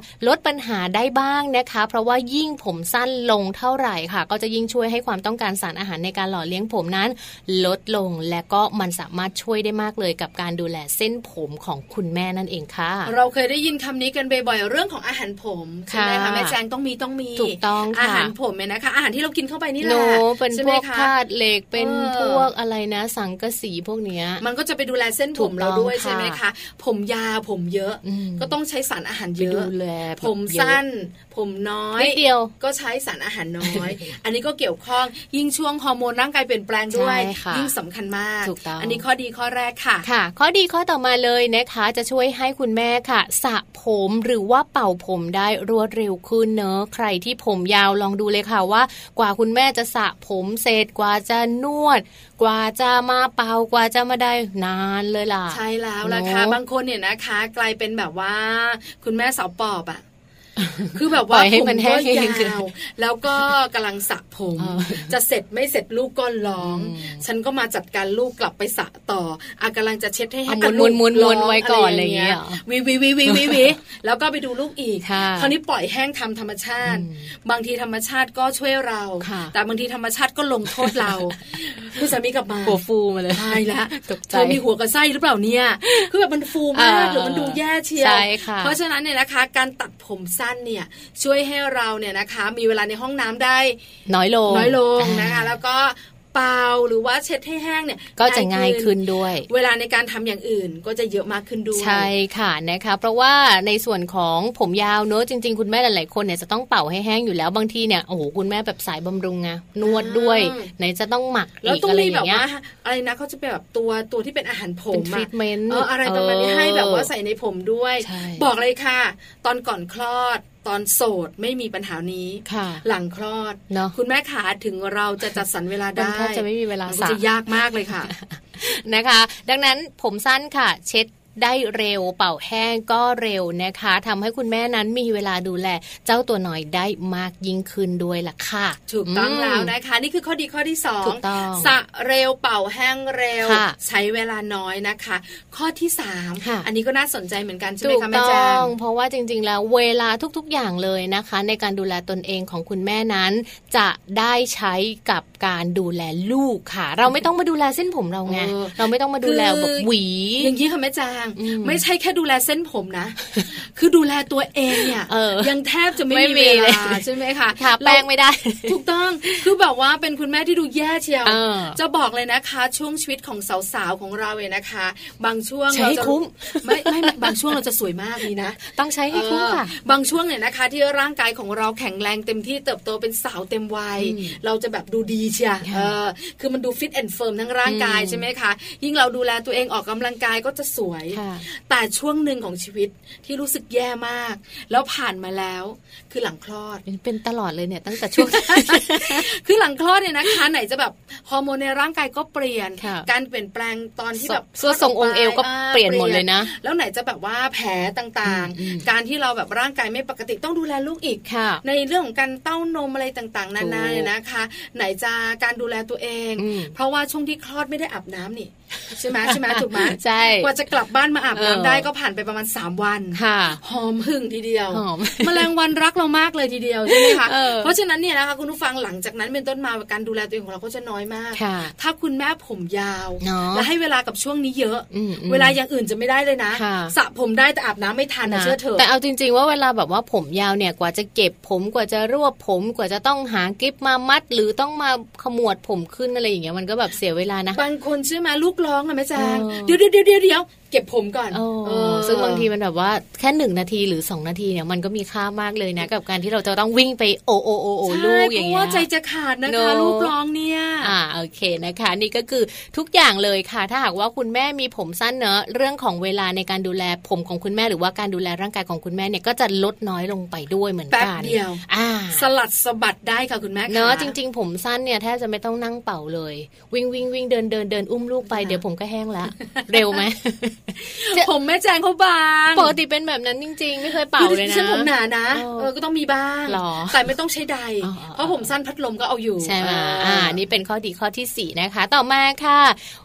ลดปัญหาได้บ้างนะคะเพราะว่ายิ่งผมสั้นลงเท่าไหร่ค่ะก็จะยิ่งช่วยให้ความต้องการสารอาหารในการหล่อเลี้ยงผมนั้นลดลงและก็มันสามารถช่วยได้มากเลยกับการดูแลเส้นผมของคุณแม่นั่นเองค่ะเราเคยได้ยินคำนี้กันบ่อยๆเรื่องของอาหารผมใช่ไหมคะแม่แจงต้องมีถูกต้องค่ะอาหารผมเนี่ยนะคะอาหารที่เรากินเข้าไปนี่แหละเป็นพวกธาตุเหล็กเป็นพวกอะไรนะสังกะสีพวกเนี้ยมันก็จะไปดูแลเส้นผมเราด้วยใช่ไหมคะผมยาวผมเยอะก็ต้องใช้สารอาหารเยอะผมสั้นผมน้อยเดียวก็ใช้สารอาหารน้อย อันนี้ก็เกี่ยวข้องยิ่งช่วงฮอร์โมนร่างกายเปลี่ยนแปลงด้วยยิ่งสำคัญมากอันนี้ข้อดีข้อแรกค่ะข้อดีข้อต่อมาเลยนะคะจะช่วยให้คุณแม่ค่ะสระผมหรือว่าเป่าผมได้รวดเร็วขึ้นเนอะใครที่ผมยาวลองดูเลยค่ะว่ากว่าคุณแม่จะสระผมเสร็จกว่าจะนวดกว่าจะมาเป่ากว่าจะมาได้นานเลยล่ะใช่แล้วล่ะค่ะบางคนเนี่ยนะคะกลายเป็นแบบว่าคุณแม่สาวปอบอ่ะคือแบบว่าผมก็ยาวแล้วก็กำลังสระผมจะเสร็จไม่เสร็จลูกก็ร้องฉันก็มาจัดการลูกกลับไปสระต่อกำลังจะเช็ดให้ม้วนไว้ก่อนอะไรอย่างเงี้ยวิแล้วก็ไปดูลูกอีกคราวนี้ปล่อยแห้งทำธรรมชาติบางทีธรรมชาติก็ช่วยเราแต่บางทีธรรมชาติก็ลงโทษเราคือสามีกลับมาหัวฟูมาเลยใช่แล้วเธอมีหัวกับไส้หรือเปล่าเนี่ยคือแบบมันฟูมากหรือมันดูแย่เชียวเพราะฉะนั้นเนี่ยนะคะการตัดผมเนี่ยช่วยให้เราเนี่ยนะคะมีเวลาในห้องน้ำได้น้อยลงนะคะแล้วก็เปล่าหรือว่าเช็ดให้แห้งเนี่ยก็จะง่ายขึ้นด้วยเวลาในการทำอย่างอื่นก็จะเยอะมากขึ้นด้วยใช่ค่ะนะคะเพราะว่าในส่วนของผมยาวเนอะจริงๆคุณแม่หลายๆคนเนี่ยจะต้องเป่าให้แห้งอยู่แล้วบางทีเนี่ยโอ้โหคุณแม่แบบสายบำรุงไงนวดด้วยไหนจะต้องหมักแล้วต้องมีแบบว่าอะไรนะเขาจะเป็นแบบตัวที่เป็นอาหารผมทรีทเมนต์อะไรประมาณนี้ให้แบบว่าใส่ในผมด้วยบอกเลยค่ะตอนก่อนคลอดตอนโสดไม่มีปัญหานี้หลังคลอดคุณแม่ขาถึงเราจะจัดสรรเวลาได้จะไม่มีเวลาจะยากมากเลยค่ะนะคะดังนั้นผมสั้นค่ะเช็ดได้เร็วเป่าแห้งก็เร็วนะคะทำให้คุณแม่นั้นมีเวลาดูแลเจ้าตัวน้อยได้มากยิ่งขึ้นด้วยล่ะค่ะถูกต้องแล้วนะคะนี่คือข้อดีข้อที่2สระเร็วเป่าแห้งเร็วใช้เวลาน้อยนะคะข้อที่3อันนี้ก็น่าสนใจเหมือนกันใช่ไหมคะแม่แจ้งเพราะว่าจริงๆแล้วเวลาทุกๆอย่างเลยนะคะในการดูแลตนเองของคุณแม่นั้นจะได้ใช้กับการดูแลลูกค่ะเราไม่ต้องมาดูแลเส้นผมเราไงเราไม่ต้องมาดูแลแบบหวีอย่างนี้ค่ะแม่แจ้งไม่ใช่แค่ดูแลเส้นผมนะคือดูแลตัวเองเนี่ยยังแทบจะไม่มีเวลาใช่ไหมคะทาแป้งไม่ได้ถูกต้องคือแบบว่าเป็นคุณแม่ที่ดูแย่เชียวจะบอกเลยนะคะช่วงชีวิตของสาวๆของเราเนี่ยนะคะบางช่วงเราจะคุ้มไม่บางช่วงเราจะสวยมากนี่นะต้องใช้ให้คุ้มค่ะบางช่วงเนี่ยนะคะที่ร่างกายของเราแข็งแรงเต็มที่เติบโตเป็นสาวเต็มวัยเราจะแบบดูดีเชียคือมันดูฟิตแอนด์เฟิร์มทั้งร่างกายใช่ไหมคะยิ่งเราดูแลตัวเองออกกำลังกายก็จะสวยแต่ช่วงหนึ่งของชีวิตที่รู้สึกแย่มากแล้วผ่านมาแล้วคือหลังคลอดเป็นตลอดเลยเนี่ยตั้งแต่ช่วงคือหลังคลอดเนี่ยนะคะไหนจะแบบฮอร์โมนในร่างกายก็เปลี่ยนการเปลี่ยนแปลงตอนที่แบบส่วนทรงองค์เอวก็เปลี่ยนหมดเลยนะแล้วไหนจะแบบว่าแผลต่างๆการที่เราแบบร่างกายไม่ปกติต้องดูแลลูกอีกในเรื่องของการเต้านมอะไรต่างๆนานาเนี่ยนะคะไหนจะการดูแลตัวเองเพราะว่าช่วงที่คลอดไม่ได้อาบน้ำนี่ใช่ไหมถูกไหมใช่กว่าจะกลับบ้านมาอาบน้ำได้ก็ผ่านไปประมาณ3 วันหอมหึ่งทีเดียวแมลงวันรักเรามากเลยทีเดียวใช่ไหมคะเพราะฉะนั้นเนี่ยนะคะคุณผู้ฟังหลังจากนั้นเป็นต้นมาการดูแลตัวเองของเราก็จะน้อยมากถ้าคุณแม่ผมยาวและให้เวลากับช่วงนี้เยอะเวลาอย่างอื่นจะไม่ได้เลยนะสระผมได้แต่อาบน้ำไม่ทันนะเชื่อเถอะแต่เอาจริงๆว่าเวลาแบบว่าผมยาวเนี่ยกว่าจะเก็บผมกว่าจะรวบผมกว่าจะต้องหากิ๊บมามัดหรือต้องมาขมวดผมขึ้นอะไรอย่างเงี้ยมันก็แบบเสียเวลานะบางคนใช่ไหมลูกร้องอะแม่แจงเดี๋ยวเก็บผมก่อนซึ่งบางทีมันแบบว่าแค่1 นาทีหรือ2 นาทีเนี่ยมันก็มีค่ามากเลยนะกับการที่เราจะต้องวิ่งไปโอลูกอย่างเงี้ยเพราะว่าใจจะขาดนะคะลูกร้องเนี่ยโอเคนะคะนี่ก็คือทุกอย่างเลยค่ะถ้าหากว่าคุณแม่มีผมสั้นเนอะเรื่องของเวลาในการดูแลผมของคุณแม่หรือว่าการดูแลร่างกายของคุณแม่เนี่ยก็จะลดน้อยลงไปด้วยเหมือนกันแป๊บเดียวสลัดสะบัดได้ค่ะคุณแม่เนอะจริงๆผมสั้นเนี่ยแทบจะไม่ต้องนั่งเป่าเลยวิ่งเดินอุ้มลูกไปเดี๋ยวผมก็แห้งละเร็วไหมผมแม่แจงเขาบางปกติเป็นแบบนั้นจริงๆไม่เคยเป่าเลยนะฉันผมหนานะก็ต้องมีบ้างแต่ไม่ต้องใช้ใดเพราะผมสั้นพัดลมก็เอาอยู่ใช่ไหมนี่เป็นข้อดีข้อที่4นะคะต่อมาค่ะ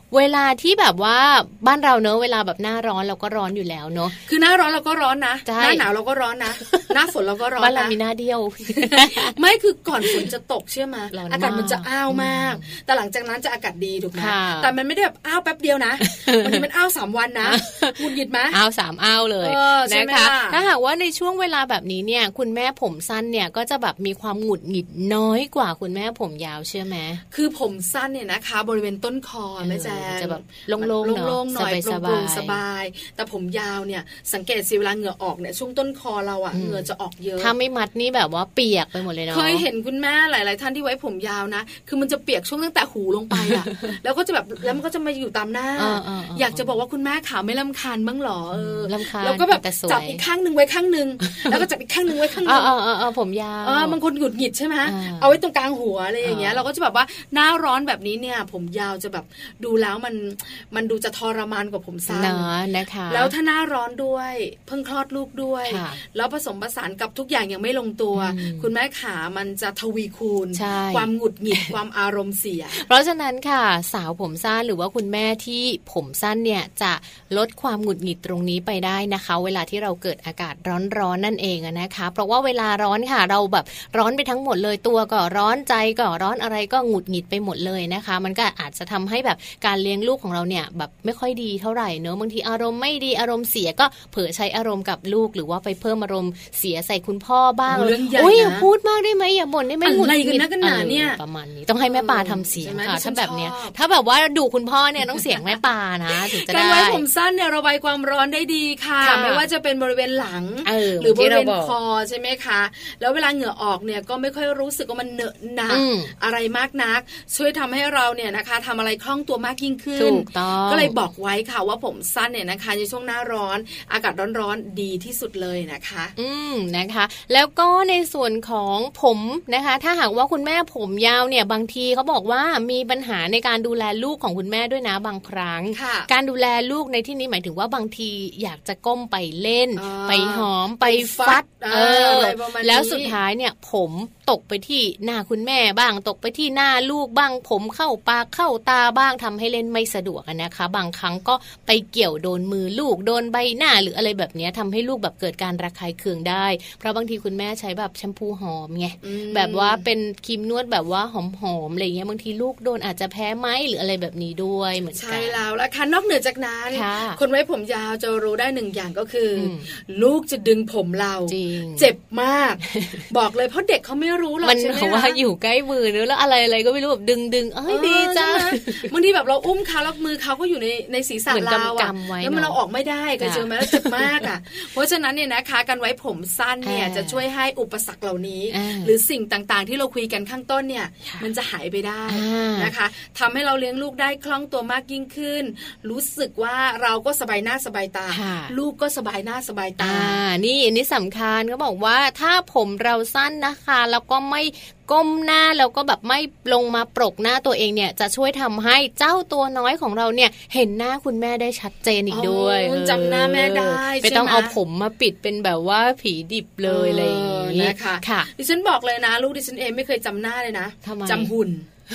เวลาที่แบบว่าบ้านเราเนอะเวลาแบบหน้าร้อนเราก็ร้อนอยู่แล้วเนอะคือหน้าร้อนเราก็ร้อนนะหน้าหนาวเราก็ร้อนนะหน้าฝนเราก็ร้อนนะบ้านเรามีหน้าเดียวไม่คือก่อนฝนจะตกเชื่อมาอากาศมันจะอ้าวมากแต่หลังจากนั้นจะอากาศดีถูกไหมแต่มันไม่ได้แบบอ้าวแป๊บเดียวนะวันนี้มันอ้าว3 วันนะหงุดหงิดไหมอ้าว3อ้าวเลยนะคะถ้าหากว่าในช่วงเวลาแบบนี้เนี่ยคุณแม่ผมสั้นเนี่ยก็จะแบบมีความหงุดหงิดน้อยกว่าคุณแม่ผมยาวเชื่อไหมคือผมสั้นเนี่ยนะคะบริเวณต้นคอแม่แจงจะแบบโล่งๆหน่อยสบายแต่ผมยาวเนี่ยสังเกตสิเวลาเหงื่อออกเนี่ยช่วงต้นคอเราอ่ะเหงื่อจะออกเยอะถ้าไม่มัดนี่แบบว่าเปียกไปหมดเลยเนาะเคยเห็นคุณแม่หลายๆท่านที่ไว้ผมยาวนะคือมันจะเปียกช่วงตั้งแต่หูลงไปอ่ะแล้วก็จะแบบแล้วมันก็จะมาอยู่ตามหน้าอยากจะบอกว่าคุณแม่ขาไม่รำคาญบ้างหรอแล้วก็แบบจับอีกข้างนึงไว้ข้างนึงแล้วก็จับอีกข้างนึงไว้ข้างนึงผมยาวบางคนหงุดหงิดใช่ไหมเอาไว้ตรงกลางหัวอะไรอย่างเงี้ยเราก็จะแบบว่าหน้าร้อนแบบนี้เนี่ยผมยาวจะแบบดูแล้วมันดูจะทรมานกว่าผมสั้นนะคะแล้วถ้าหน้าร้อนด้วยเพิ่งคลอดลูกด้วยแล้วผสมผสานกับทุกอย่างยังไม่ลงตัวคุณแม่ขามันจะทวีคูณความหงุดหงิดความอารมณ์เสียเพราะฉะนั้นค่ะสาวผมสั้นหรือว่าคุณแม่ที่ผมสั้นเนี่ยจะลดความหงุดหงิดตรงนี้ไปได้นะคะเวลาที่เราเกิดอากาศร้อนนั่นเองนะคะเพราะว่าเวลาร้อนค่ะเราแบบร้อนไปทั้งหมดเลยตัวก็ร้อนใจก็ร้อนอะไรก็หงุดหงิดไปหมดเลยนะคะมันก็อาจจะทำให้แบบการเลี้ยงลูกของเราเนี่ยแบบไม่ค่อยดีเท่าไหร่เนอะบางทีอารมณ์ไม่ดีอารมณ์เสียก็เผลอใช้อารมณ์กับลูกหรือว่าไปเพิ่มอารมณ์เสียใส่คุณพ่อบ้างอุ้ยอย่าพูดมากได้ไหมอย่าบ่นได้ไหมหงุดหงิดกันนะเนี่ยประมาณนี้ต้องให้แม่ปลาทำเสียงค่ะถ้าแบบเนี้ยถ้าแบบว่าดูคุณพ่อเนี่ยต้องเสียงแม่ปลานะถึงจะได้การไว้ผมสั้นเนี่ยระบายความร้อนได้ดีค่ะไม่ว่าจะเป็นบริเวณหลังหรือบริเวณคอใช่ไหมคะแล้วเวลาเหงื่อออกเนี่ยก็ไม่ค่อยรู้สึกว่ามันเหนอะหนักอะไรมากนักช่วยทำให้เราเนี่ยนะคะทำอะไรคล่องตัวมากยิ่งขึ้นก็เลยบอกไว้ค่ะว่าผมสั้นเนี่ยนะคะในช่วงหน้าร้อนอากาศร้อนๆดีที่สุดเลยนะคะนะคะแล้วก็ในส่วนของผมนะคะถ้าหากว่าคุณแม่ผมยาวเนี่ยบางทีเขาบอกว่ามีปัญหาในการดูแลลูกของคุณแม่ด้วยนะบางครั้งการดูแลลูกในที่นี้หมายถึงว่าบางทีอยากจะก้มไปเล่นไปหอมไปฟัดแล้วสุดท้ายเนี่ยผมตกไปที่หน้าคุณแม่บ้างตกไปที่หน้าลูกบ้างผมเข้าปากเข้าตาบ้างทำให้เล่นไม่สะดวกนะคะบางครั้งก็ไปเกี่ยวโดนมือลูกโดนใบหน้าหรืออะไรแบบนี้ทำให้ลูกแบบเกิดการระคายเคืองได้เพราะบางทีคุณแม่ใช้แบบแชมพูหอมไงแบบว่าเป็นครีมนวดแบบว่าหอมๆอะไรเงี้ยบางทีลูกโดนอาจจะแพ้ไหมหรืออะไรแบบนี้ด้วยเหมือนกันใช่แล้วละค่ะนอกเหนือจากนั้นคนไว้ผมยาวจะรู้ได้1อย่างก็คือลูกจะดึงผมเราเจ็บมากบอกเลยเพราะเด็กเขาไม่รู้หรอกใช่ไหมมันว่าอยู่ใกล้มือเนอะแล้วอะไรก็ไม่รู้แบบดึงเอ้ยดีจ้าบางทีแบบเราอุ้มเขาแล้วมือเขาก็อยู่ในศีรษะเราแล้วมันเราออกไม่ได้ก็เจอไหมแล้วเจ็บมากอ่ะเพราะฉะนั้นเนี่ยนะคะการไว้ผมสั้นเนี่ยจะช่วยให้อุปสรรคเหล่านี้หรือสิ่งต่างๆที่เราคุยกันข้างต้นเนี่ยมันจะหายไปได้นะคะทำให้เราเลี้ยงลูกได้คล่องตัวมากยิ่งขึ้นรู้สึกว่าเราก็สบายหน้าสบายตาลูกก็สบายหน้าสบายตานี่อันนี้สำคัญเขาบอกว่าถ้าผมเราสั้นนะคะแล้วก็ไม่ก้มหน้าแล้วก็แบบไม่ลงมาปรกหน้าตัวเองเนี่ยจะช่วยทำให้เจ้าตัวน้อยของเราเนี่ยเห็นหน้าคุณแม่ได้ชัดเจนอีกด้วยจำหน้าแม่ได้ไม่ต้องเอาผมมาปิดเป็นแบบว่าผีดิบเลยอะไรอย่างนี้ค่ะดิฉันบอกเลยนะลูกดิฉันเองไม่เคยจำหน้าเลยนะจำหุ่น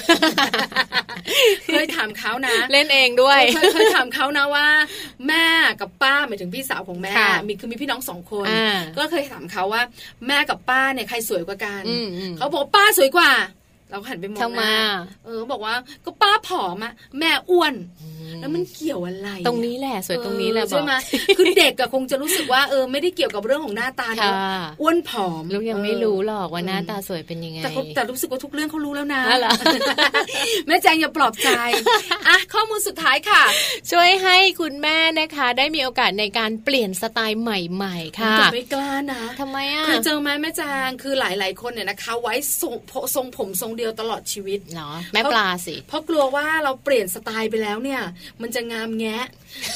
เคยถามเขานะเล่นเองด้วยเคยถามเขานะว่าแม่กับป้าหมายถึงพี่สาวของแม่มีพี่น้อง2 คนก็เคยถามเขาว่าแม่กับป้าเนี่ยใครสวยกว่ากันเขาบอกป้าสวยกว่าเราหันไปมองหน้าเขาบอกว่าก็ป้าผอมอะแม่อ้วนแล้วมันเกี่ยวอะไรตรงนี้แหละสวยตรงนี้แหละใช่ไหมคือเด็กก็คงจะรู้สึกว่าไม่ได้เกี่ยวกับเรื่องของหน้าตานะอ้วนผอมลูกยังไม่รู้หรอกว่าหน้าตาสวยเป็นยังไงแต่รู้สึกว่าทุกเรื่องเขารู้แล้วนะแม่แจงอย่าปลอบใจอ่ะข้อมูลสุดท้ายค่ะช่วยให้คุณแม่นะคะได้มีโอกาสในการเปลี่ยนสไตล์ใหม่ๆค่ะไม่กล้านะทำไมอ่ะเคยเจอไหมแม่แจงคือหลายๆคนเนี่ยนะคะไว้ทรงผมทรงเดียวตลอดชีวิตเหรอแม่ปลาสิเพราะกลัวว่าเราเปลี่ยนสไตล์ไปแล้วเนี่ยมันจะงามแงะ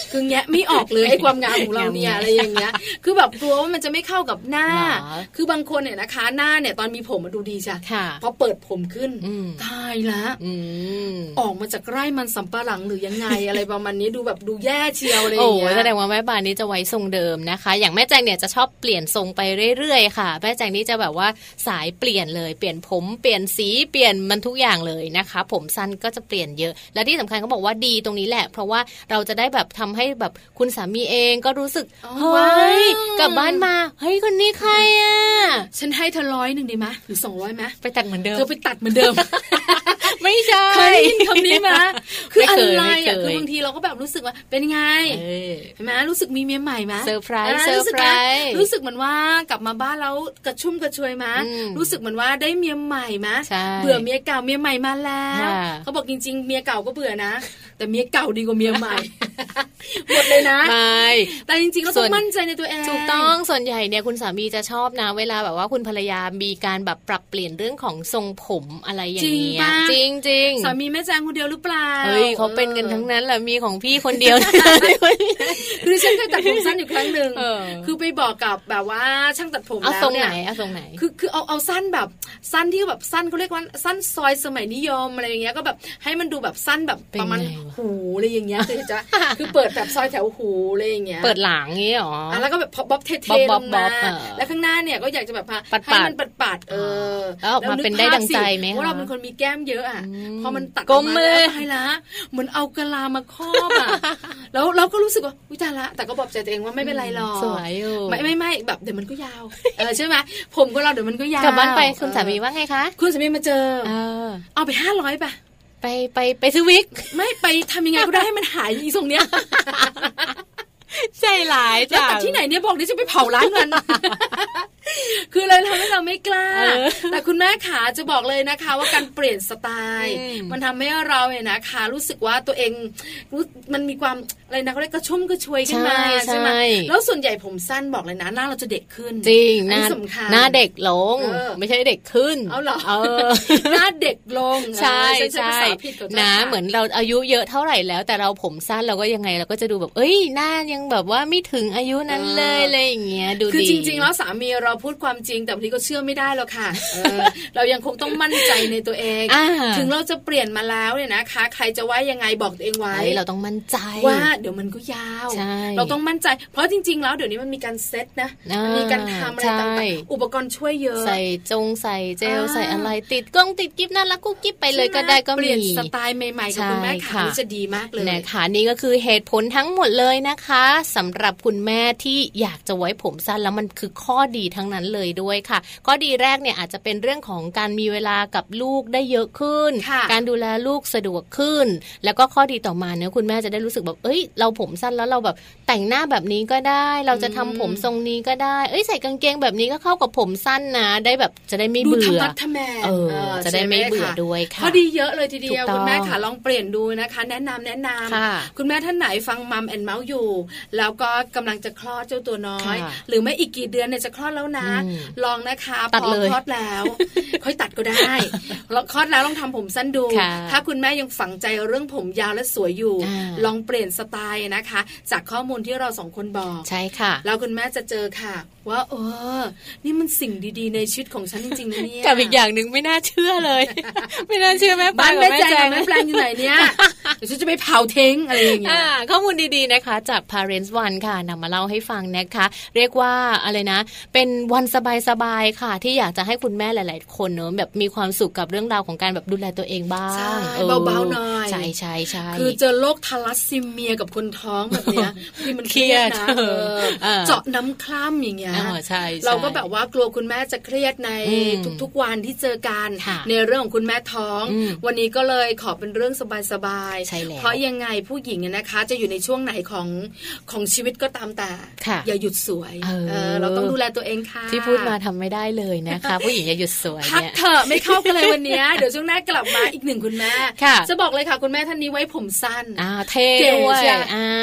คือแงะไม่ออกเลยไอ้ความงามของเราเนี่ยอะไรอย่างเงี้ยคือแบบกลัวว่ามันจะไม่เข้ากับหน้าคือบางคนเนี่ยนะคะหน้าเนี่ยตอนมีผมมันดูดีจ้ะพอเปิดผมขึ้นตายละออกมาจากไร่มันสำปะหลังหรือยังไงอะไรประมาณนี้ดูแบบดูแย่เชียวอะไรอย่างเงี้ยแสดงว่าแม่ปลานี้จะไว้ทรงเดิมนะคะอย่างแม่แจงเนี่ยจะชอบเปลี่ยนทรงไปเรื่อยๆค่ะแม่แจงนี่จะแบบว่าสายเปลี่ยนเลยเปลี่ยนผมเปลี่ยนสีเปลี่ยนมันทุกอย่างเลยนะคะผมสั้นก็จะเปลี่ยนเยอะและที่สำคัญเขาบอกว่าดีตรงนี้แหละเพราะว่าเราจะได้แบบทำให้แบบคุณสามีเองก็รู้สึกเฮ้ยกลับบ้านมาเฮ้ยคนนี้ใครอ่ะฉันให้เธอ100ดีไหมหรือ200ไหมไปตัดเหมือนเดิมเธอไปตัดเหมือนเดิมไม่ใช่เคยได้ยินคำนี้ไหมคืออะไรอ่ะคือบางทีเราก็แบบรู้สึกว่าเป็นไงเห็นไหมรู้สึกมีเมียใหม่ไหมเซอร์ไพรส์รู้สึกเหมือนว่ากลับมาบ้านแล้วกระชุ่มกระชวยไหมรู้สึกเหมือนว่าได้เมียใหม่ไหมเบื่อเมียเก่าเมียใหม่มาแล้วเขาบอกจริงๆเมียเก่าก็เบื่อนะแต่เมียเก่าดีกว่าเมียใหม่หมดเลยนะไม่แต่จริงๆเราต้องมั่นใจในตัวเองถูกต้องส่วนใหญ่เนี่ยคุณสามีจะชอบนะเวลาแบบว่าคุณภรรยามีการแบบปรับเปลี่ยนเรื่องของทรงผมอะไรอย่างเงี้ยจริงสามีแม่แจงคนเดียวหรือเปล่าเฮ้ยเขาเป็นกันทั้งนั้นแหละมีของพี่คนเดียวคือฉันเคยตัดผมสั้นอยู่ครั้งนึงคือไปบอกกับแบบว่าช่างตัดผมแล้วเนี่ยเอาทรงไหนคือเอาสั้นแบบสั้นที่แบบสั้นเขาเรียกว่าสั้นซอยสมัยนิยมอะไรอย่างเงี้ยก็แบบให้มันดูแบบสั้นแบบประมาณหูอะไรอย่างเงี้ยคือเปิดแบบซอยแถวหูอะไรอย่างเงี้ยเปิดหลังงี้หรอแล้วก็แบบบ๊อบเท่ๆลงมาแล้วข้างหน้าเนี่ยก็อยากจะแบบให้มันปัดแล้วออกมาเป็นได้ดังใจไหมว่าเราเป็นคนมีแก้มเยอะอ่ะพอมันตัดมาแล้วไปละเหมือนเอากะลามาครอบอ่ะแล้วเราก็รู้สึกว่าวิจารละแต่ก็บอกใจตัวเองว่าไม่เป็นไรหรอกสวยอยู่ไม่แบบเดี๋ยวมันก็ยาวใช่ไหมผมก็เราเดี๋ยวมันก็ยาวกลับบ้านไปคุณสามีว่าไงคะคุณสามีมาเจอเอาไป500ป่ะไปซื้อวิกไม่ไปทำยังไงก็ได้ให้มันหายอีทรงเนี้ยใช่หลายจ้ะแต่ที่ไหนเนี่ยบอกดิจะไปเผาร้านเงินคือเลยทำให้เราไม่กล้าแต่คุณแม่ขาจะบอกเลยนะคะว่าการเปลี่ยนสไตล์มันทำให้เราเนี่ยนะคะรู้สึกว่าตัวเองมันมีความอะไรนะเขาเรียกกระชุ่มกระชวยขึ้นมาใช่ไหมแล้วส่วนใหญ่ผมสั้นบอกเลยนะหน้าเราจะเด็กขึ้นจริงหน้าเด็กลงไม่ใช่เด็กขึ้นเอาเหรอหน้าเด็กลงใช่นะเหมือนเราอายุเยอะเท่าไหร่แล้วแต่เราผมสั้นเราก็ยังไงเราก็จะดูแบบเอ้ยหน้ายังแบบว่าไม่ถึงอายุนั้นเลยอะไรอย่างเงี้ยดูดีคือจริงๆแล้วสามีเราพูดความจริงแต่บางทีก็เชื่อไม่ได้หรอกค่ะเรายังคงต้องมั่นใจในตัวเองถึงเราจะเปลี่ยนมาแล้วเนี่ยนะคะใครจะว่ายังไงบอกตัวเองไว้เราต้องมั่นใจว่าเดี๋ยวมันก็ยาวเราต้องมั่นใจเพราะจริงๆแล้วเดี๋ยวนี้มันมีการเซตนะมีการทำอะไรต่างๆอุปกรณ์ช่วยเยอะใส่ใส่เจลใส่อะไรติดกล้องติดกิ๊บน่ารักกุ๊กกิ๊บไปเลยก็ได้ก็มีเปลี่ยนสไตล์ใหม่ๆกับคุณแม่ค่ะนี่จะดีมากเลยนะคะนี่ก็คือเหตุผลทั้งหมดเลยนะคะสำหรับคุณแม่ที่อยากจะไว้ผมสั้นแล้วมันคือข้อดีทั้งนั้นเลยด้วยค่ะข้อดีแรกเนี่ยอาจจะเป็นเรื่องของการมีเวลากับลูกได้เยอะขึ้นการดูแลลูกสะดวกขึ้นแล้วก็ข้อดีต่อมาเนี่ยคุณแม่จะได้รู้สึกแบบเอ้ยเราผมสั้นแล้วเราแบบแต่งหน้าแบบนี้ก็ได้เราจะทำผมทรงนี้ก็ได้เอ้ยใส่กางเกงแบบนี้ก็เข้ากับผมสั้นนะได้แบบจะได้ไม่เบื่อดูธรรมะทแมจะได้ไม่เบื่อด้วยค่ะข้อดีเยอะเลยทีเดียวคุณแม่ค่ะลองเปลี่ยนดูนะคะแนะนำคุณแม่ท่านไหนฟังมัมแอนด์เมาส์อยู่แล้วก็กำลังจะคลอดเจ้าตัวน้อยหรือไม่อีกกี่เดือนเนี่ยจะคลอดแล้วนะลองนะคะพอคลอดแล้วค่อยตัดก็ได้แล้วคลอดแล้วลองทำผมสั้นดูถ้าคุณแม่ยังฝังใจเรื่องผมยาวและสวยอยู่ลองเปลี่ยนสไตล์นะคะจากข้อมูลที่เรา2คนบอกใช่ค่ะแล้วคุณแม่จะเจอค่ะว่านี่มันสิ่งดีๆในชีวิตของฉันจริงๆนะเนี่ยกับอีกอย่างนึงไม่น่าเชื่อเลยไม่น่าเชื่อแม่ปลากับแม่แจงแม่แปลงอยู่ไหนเนี่ยเดี๋ยวฉันจะไปเผาทิ้งอะไรอย่างเงี้ยข้อมูลดีๆนะคะจาก Parents One ค่ะนำมาเล่าให้ฟังนะคะเรียกว่าอะไรนะเป็นวันสบายๆค่ะที่อยากจะให้คุณแม่หลายๆคนเนอะแบบมีความสุขกับเรื่องราวของการแบบดูแลตัวเองบ้างเบาๆหน่อยใช่คือเจอโรคทาลัสซีเมียกับคนท้องแบบเนี้ยที่มันเครียดนะเจาะน้ำคล้ำอย่างเงี้ยเราก็แบบว่ากลัวคุณแม่จะเครียดในทุกๆวันที่เจอกันในเรื่องของคุณแม่ท้องวันนี้ก็เลยขอเป็นเรื่องสบายๆเพราะยังไงผู้หญิงนะคะจะอยู่ในช่วงไหนของชีวิตก็ตามแต่อย่าหยุดสวยเราต้องดูแลตัวเองค่ะที่พูดมาทำไม่ได้เลยนะคะผู้หญิงอย่าหยุดสวยพักเถอะไม่เข้ากันเลยวันนี้เดี๋ยวช่วงหน้ากลับมาอีกหนึ่งคุณแม่จะบอกเลยค่ะคุณแม่ท่านนี้ไว้ผมสั้นเท่ด้วยดูดี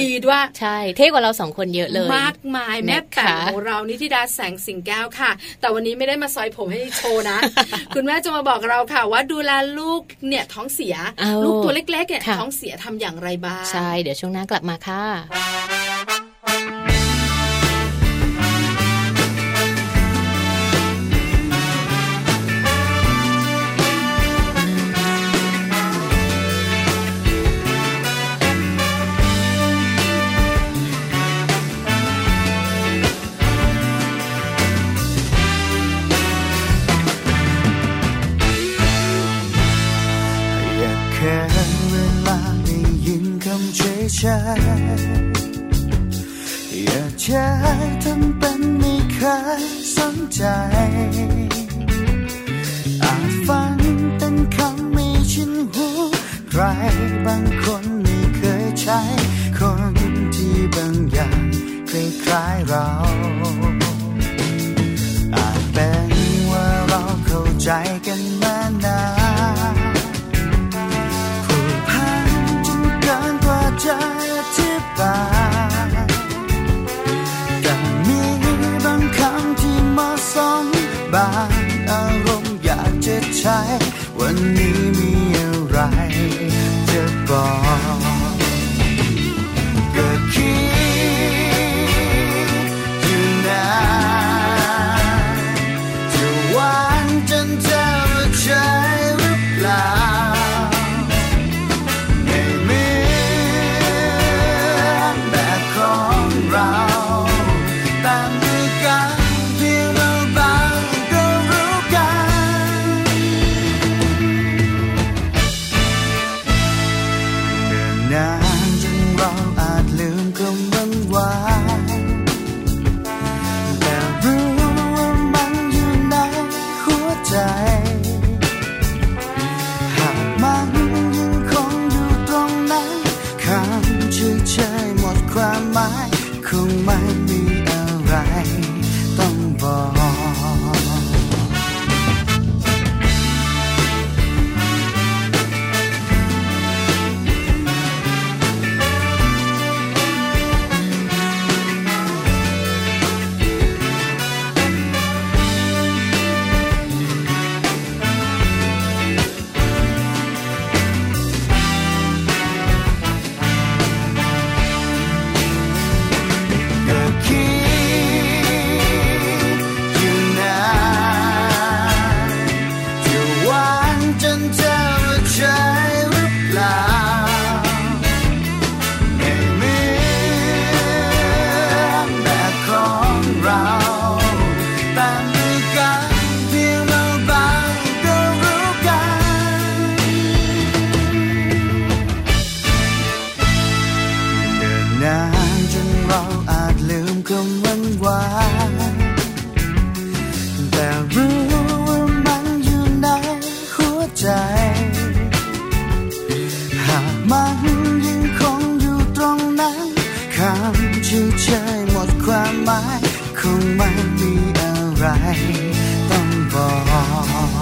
ดีด้วยใช่เท่กว่าเรา2คนเยอะเลยมากมายแม่แป๋วของเรานิธิดาแสงสิงแก้วค่ะแต่วันนี้ไม่ได้มาซอยผมให้โชว์นะ คุณแม่จะมาบอกเราค่ะว่าดูแลลูกเนี่ยท้องเสียลูกตัวเล็กๆเนี่ยท้องเสียทำอย่างไรบ้างใช่เดี๋ยวช่วงหน้ากลับมาค่ะอย่าใช้ทำเป็นไม่เคยสนใจอาจฟังเป็นคำไม่ชินหูใครบางคนไม่เคยใช้คนที่บางอย่างคล้ายๆเราอาจเป็นว่าเราเข้าใจกันมานานผูกพันจนเกินกว่าจะอธิบายแต่มีบางคำที่เหมาะสมบางอารมณ์อยากจะใช้วันนี้มีอะไรจะบอกก็คิดอยู่นานจะหวานจนเธอว่าใช่หรือเปล่าไม่เหมือนแบบของเราแต่มีกันเพียงเราบางก็รู้กันเดินนานจนเราอาจลืมคำวันวานแต่รู้ว่ามันอยู่ในหัวใจหากมันยังคงอยู่ตรงนั้นคำเฉยๆหมดความหมายคงไม่มีอะไรต้องบอกแต่รู้ว่ามันอยู่ในหัวใจหากมันยังคงอยู่ตรงนั้นคำเฉยๆหมดความหมายคงไม่มีอะไรต้องบอก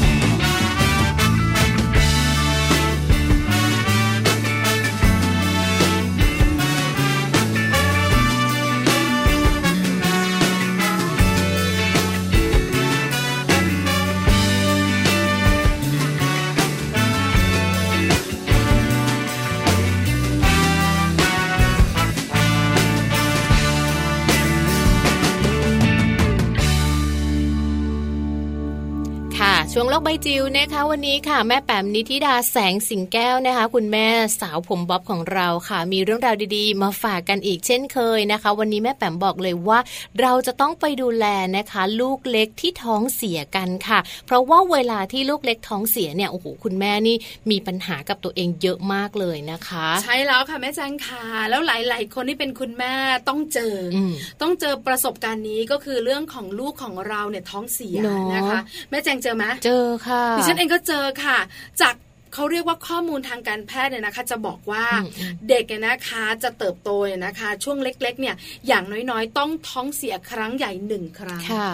ช่วงโลกใบจิ๋วนะคะวันนี้ค่ะแม่แป๋มนิธิดาแสงสิงแก้วนะคะคุณแม่สาวผมบ๊อบของเราค่ะมีเรื่องราวดีๆมาฝากกันอีกเช่นเคยนะคะวันนี้แม่แป๋มบอกเลยว่าเราจะต้องไปดูแลนะคะลูกเล็กที่ท้องเสียกันค่ะเพราะว่าเวลาที่ลูกเล็กท้องเสียเนี่ยโอ้โหคุณแม่นี่มีปัญหากับตัวเองเยอะมากเลยนะคะใช่แล้วค่ะแม่แจงค่ะแล้วหลายๆคนที่เป็นคุณแม่ต้องเจอประสบการณ์นี้ก็คือเรื่องของลูกของเราเนี่ยท้องเสียนะคะแม่แจงเจอไหมเจอค่ะดิฉันเองก็เจอค่ะจากเขาเรียกว่าข้อมูลทางการแพทย์เนี่ยนะคะจะบอกว่าเด็กเนี่ยนะคะจะเติบโตเนี่ยนะคะช่วงเล็กๆเนี่ยอย่างน้อยๆต้องท้องเสียครั้งใหญ่1ครั้ง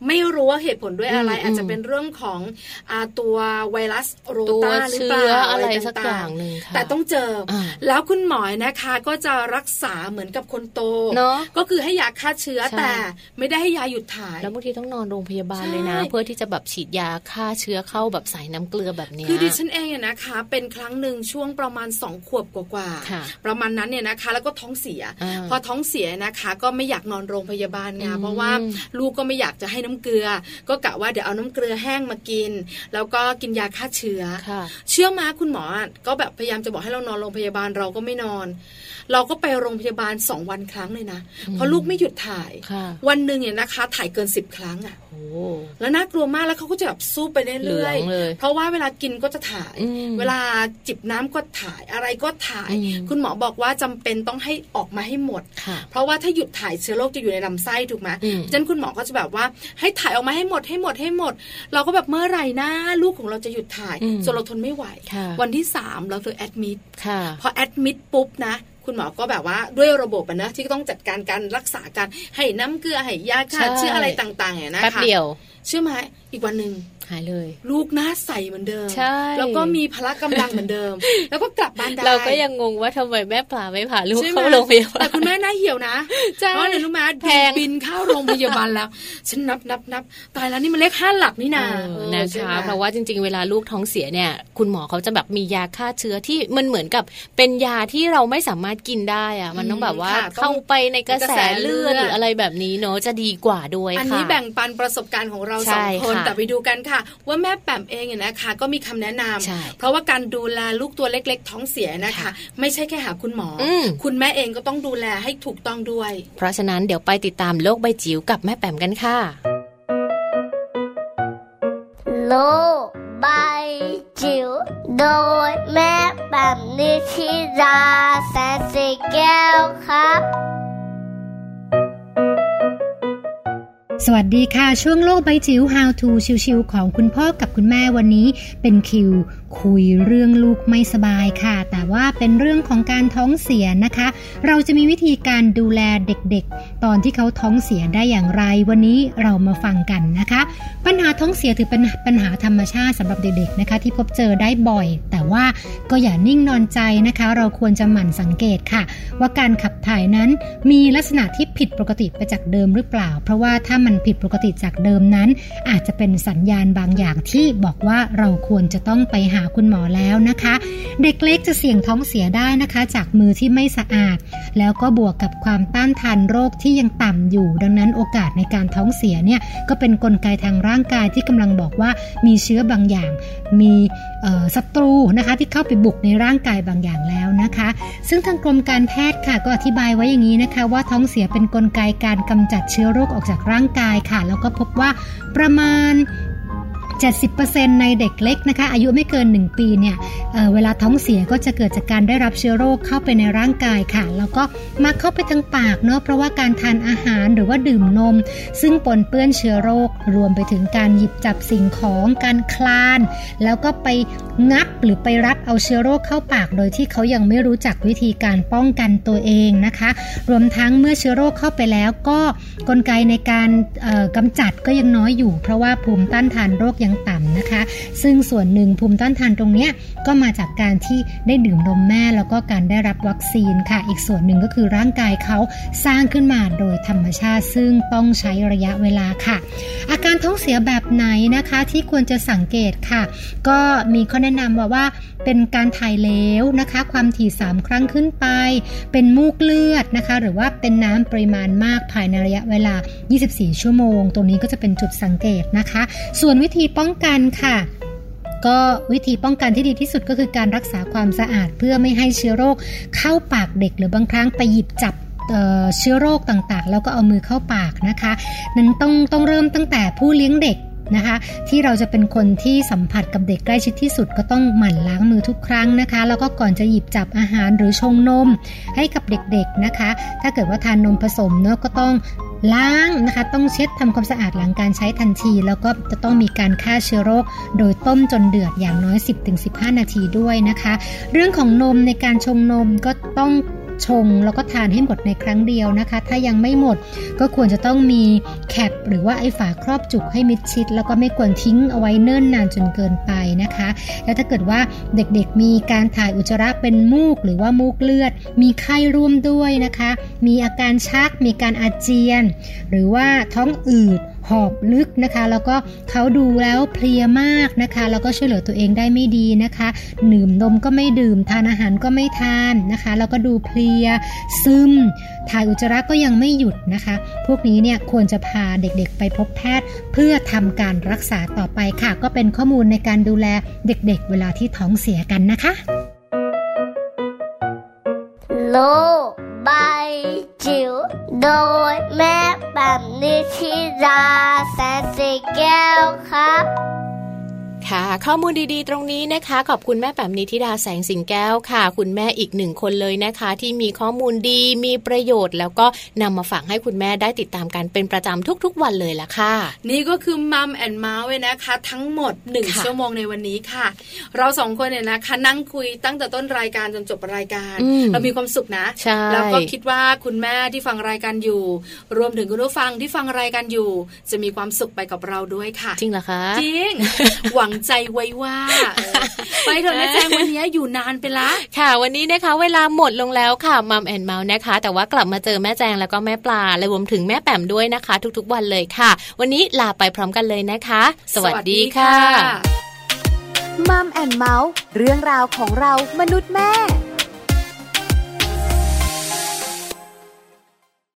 ไม่รู้ว่าเหตุผลด้วยอะไรอาจจะเป็นเรื่องของตัวไวรัสโรตาหรือเปล่าอะไรสักอย่างนึงแต่ต้องเจอแล้วคุณหมอนะคะก็จะรักษาเหมือนกับคนโตก็คือให้ยาฆ่าเชื้อแต่ไม่ได้ให้ยาหยุดถ่ายแล้วบางทีต้องนอนโรงพยาบาลเลยนะเพื่อที่จะแบบฉีดยาฆ่าเชื้อเข้าแบบใส่น้ำเกลือแบบนี้คือดิฉันเองนะคะเป็นครั้งหนึ่งช่วงประมาณ2 ขวบกว่าประมาณนั้นเนี่ยนะคะแล้วก็ท้องเสียพอท้องเสียนะคะก็ไม่อยากนอนโรงพยาบาลไงเพราะว่าลูกก็ไม่อยากจะให้น้ำเกลือก็กะว่าเดี๋ยวเอาน้ำเกลือแห้งมากินแล้วก็กินยาฆ่าเชื้อเชื่อมาคุณหมอก็แบบพยายามจะบอกให้เรานอนโรงพยาบาลเราก็ไม่นอนเราก็ไปโรงพยาบาล2 วันครั้งเลยนะเพราะลูกไม่หยุดถ่ายวันนึงเนี่ยนะคะถ่ายเกิน10 ครั้งอ่ะแล้วน่ากลัวมากแล้วเขาก็จะแบบสู้ไปเรื่อยๆเพราะว่าเวลากินก็จะถ่ายเวลาจิบน้ำก็ถ่ายอะไรก็ถ่ายคุณหมอบอกว่าจำเป็นต้องให้ออกมาให้หมดเพราะว่าถ้าหยุดถ่ายเชื้อโรคจะอยู่ในลำไส้ถูกไหมฉะนั้นคุณหมอก็จะแบบว่าให้ถ่ายออกมาให้หมดเราก็แบบเมื่อไหร่นะลูกของเราจะหยุดถ่ายจนเราทนไม่ไหววันที่3เราเลยแอดมิดพอแอดมิดปุ๊บนะคุณหมอก็แบบว่าด้วยระบบนะที่ต้องจัดการการรักษาการให้น้ำเกลือให้ยาฆ่าเชื้ออะไรต่างๆเนี่ยนะคะแป๊บเดียวเชื่อไหมอีกวันนึงหายเลยลูกหน้าใสเหมือนเดิมแล้วก็มีพละกำลังเหมือนเดิมแล้วก็กลับบ้านได้เราก็ยังงงว่าทำไมแม่ปลาไม่พาลูกเข้าโรงพยาบาลแต่คุณแม่หน้าเหี่ยวนะเพราะอะไรรู้ไหมบินเข้าโรงพยาบาลแล้วฉันนับตายแล้วนี่มันเลข5 หลักนี่นานะคะเพราะว่าจริงๆเวลาลูกท้องเสียเนี่ยคุณหมอเขาจะแบบมียาฆ่าเชื้อที่มันเหมือนกับเป็นยาที่เราไม่สามารถกินได้อะมันต้องแบบว่าเข้าไปในกระแสเลือดหรืออะไรแบบนี้เนาะจะดีกว่าด้วยค่ะอันนี้แบ่งปันประสบการณ์ของเรา2 คนแต่ไปดูกันค่ะว่าแม่แปมเองเนี่ยนะคะก็มีคำแนะนำเพราะว่าการดูแลลูกตัวเล็กๆท้องเสียนะคะไม่ใช่แค่หาคุณหมอคุณแม่เองก็ต้องดูแลให้ถูกต้องด้วยเพราะฉะนั้นเดี๋ยวไปติดตามโลกใบจิ๋วกับแม่แปมกันค่ะโลกใบจิ๋วโดยแม่แปมนิธิดาแสนสีแก้วครับสวัสดีค่ะช่วงโลกใบจิ๋ว How to ชิวๆของคุณพ่อกับคุณแม่วันนี้เป็นคิวคุยเรื่องลูกไม่สบายค่ะแต่ว่าเป็นเรื่องของการท้องเสียนะคะเราจะมีวิธีการดูแลเด็กๆตอนที่เขาท้องเสียได้อย่างไรวันนี้เรามาฟังกันนะคะปัญหาท้องเสียถือเป็นปัญหาธรรมชาติสำหรับเด็กๆนะคะที่พบเจอได้บ่อยแต่ว่าก็อย่านิ่งนอนใจนะคะเราควรจะหมั่นสังเกตค่ะว่าการขับถ่ายนั้นมีลักษณะที่ผิดปกติไปจากเดิมหรือเปล่าเพราะว่าถ้ามันผิดปกติจากเดิมนั้นอาจจะเป็นสัญญาณบางอย่างที่บอกว่าเราควรจะต้องไปหาคุณหมอแล้วนะคะเด็กเล็กจะเสี่ยงท้องเสียได้นะคะจากมือที่ไม่สะอาดแล้วก็บวกกับความต้านทานโรคที่ยังต่ำอยู่ดังนั้นโอกาสในการท้องเสียเนี่ยก็เป็นกลไกทางร่างกายที่กำลังบอกว่ามีเชื้อบางอย่างมีศัตรูนะคะที่เข้าไปบุกในร่างกายบางอย่างแล้วนะคะซึ่งทางกรมการแพทย์ค่ะก็อธิบายไว้อย่างนี้นะคะว่าท้องเสียเป็นกลไกการกำจัดเชื้อโรคออกจากร่างกายค่ะแล้วก็พบว่าประมาณ 70% ในเด็กเล็กนะคะอายุไม่เกิน1 ปีเนี่ยเวลาท้องเสียก็จะเกิดจากการได้รับเชื้อโรคเข้าไปในร่างกายค่ะแล้วก็มาเข้าไปทางปากเนาะเพราะว่าการทานอาหารหรือว่าดื่มนมซึ่งปนเปื้อนเชื้อโรครวมไปถึงการหยิบจับสิ่งของการคลานแล้วก็ไปงับหรือไปรัดเอาเชื้อโรคเข้าปากโดยที่เขายังไม่รู้จักวิธีการป้องกันตัวเองนะคะรวมทั้งเมื่อเชื้อโรคเข้าไปแล้วก็กลไกในการกำจัดก็ยังน้อยอยู่เพราะว่าภูมิต้านทานโรคยังต่ำนะคะซึ่งส่วนหนึ่งภูมิต้านทานตรงนี้ก็มาจากการที่ได้ดื่มนมแม่แล้วก็การได้รับวัคซีนค่ะอีกส่วนหนึ่งก็คือร่างกายเขาสร้างขึ้นมาโดยธรรมชาติซึ่งต้องใช้ระยะเวลาค่ะอาการท้องเสียแบบไหนนะคะที่ควรจะสังเกตค่ะก็มีข้อแนะนำว่าเป็นการถ่ายเหลวนะคะความถี่3 ครั้งขึ้นไปเป็นมูกเลือดนะคะหรือว่าเป็นน้ำปริมาณมากภายในระยะเวลา24 ชั่วโมงตรงนี้ก็จะเป็นจุดสังเกตนะคะส่วนวิธีป้องกันค่ะก็วิธีป้องกันที่ดีที่สุดก็คือการรักษาความสะอาดเพื่อไม่ให้เชื้อโรคเข้าปากเด็กหรือบางครั้งไปหยิบจับเชื้อโรคต่างๆแล้วก็เอามือเข้าปากนะคะนั้นต้องเริ่มตั้งแต่ผู้เลี้ยงเด็กนะคะที่เราจะเป็นคนที่สัมผัสกับเด็กใกล้ชิดที่สุดก็ต้องหมั่นล้างมือทุกครั้งนะคะแล้วก็ก่อนจะหยิบจับอาหารหรือชงนมให้กับเด็กๆนะคะถ้าเกิดว่าทานนมผสมเนอะก็ต้องล้างนะคะต้องเช็ดทำความสะอาดหลังการใช้ทันทีแล้วก็จะต้องมีการฆ่าเชื้อโรคโดยต้มจนเดือดอย่างน้อย 10-15 นาทีด้วยนะคะเรื่องของนมในการชงนมก็ต้องชงแล้วก็ทานให้หมดในครั้งเดียวนะคะถ้ายังไม่หมดก็ควรจะต้องมีแคปหรือว่าไอ้ฝาครอบจุกให้มิดชิดแล้วก็ไม่ควรทิ้งเอาไว้เนิ่นนานจนเกินไปนะคะแล้วถ้าเกิดว่าเด็กๆมีการถ่ายอุจจาระเป็นมูกหรือว่ามูกเลือดมีไข้ร่วมด้วยนะคะมีอาการชักมีการอาเจียนหรือว่าท้องอืดหอบลึกนะคะแล้วก็เขาดูแล้วเพลียมากนะคะแล้วก็ช่วยเหลือตัวเองได้ไม่ดีนะคะดื่มนมก็ไม่ดื่มทานอาหารก็ไม่ทานนะคะแล้วก็ดูเพลียซึมถ่ายอุจจาระก็ยังไม่หยุดนะคะพวกนี้เนี่ยควรจะพาเด็กๆไปพบแพทย์เพื่อทำการรักษาต่อไปค่ะก็เป็นข้อมูลในการดูแลเด็กๆเวลาที่ท้องเสียกันนะคะโลกใบจิ๋วโดยแม่แบบนิชิราแสนสีแก้วครับค่ะข้อมูลดีๆตรงนี้นะคะขอบคุณแม่แป๋มนิธิดาแสงสิงแก้วค่ะคุณแม่อีกหนึ่งคนเลยนะคะที่มีข้อมูลดีมีประโยชน์แล้วก็นำมาฝากให้คุณแม่ได้ติดตามกันเป็นประจำทุกๆวันเลยล่ะค่ะนี่ก็คือมัมแอนด์เมาส์นะคะทั้งหมด1ชั่วโมงในวันนี้ค่ะเรา2คนเนี่ยนะคะนั่งคุยตั้งแต่ต้นรายการจนจบรายการเรามีความสุขนะแล้วก็คิดว่าคุณแม่ที่ฟังรายการอยู่รวมถึงคุณผู้ฟังที่ฟังรายการอยู่จะมีความสุขไปกับเราด้วยค่ะจริงเหรอคะจริง หวังใจไว้ว่าไปเถอะแม่แจงวันนี้อยู่นานไปละค่ะวันนี้นะคะเวลาหมดลงแล้วค่ะมัมแอนด์เมาส์นะคะแต่ว่ากลับมาเจอแม่แจงแล้วก็แม่ปลาและรวมถึงแม่แป๋มด้วยนะคะทุกๆวันเลยค่ะวันนี้ลาไปพร้อมกันเลยนะคะสวัสดีค่ะมัมแอนด์เมาส์เรื่องราวของเรามนุษย์แม่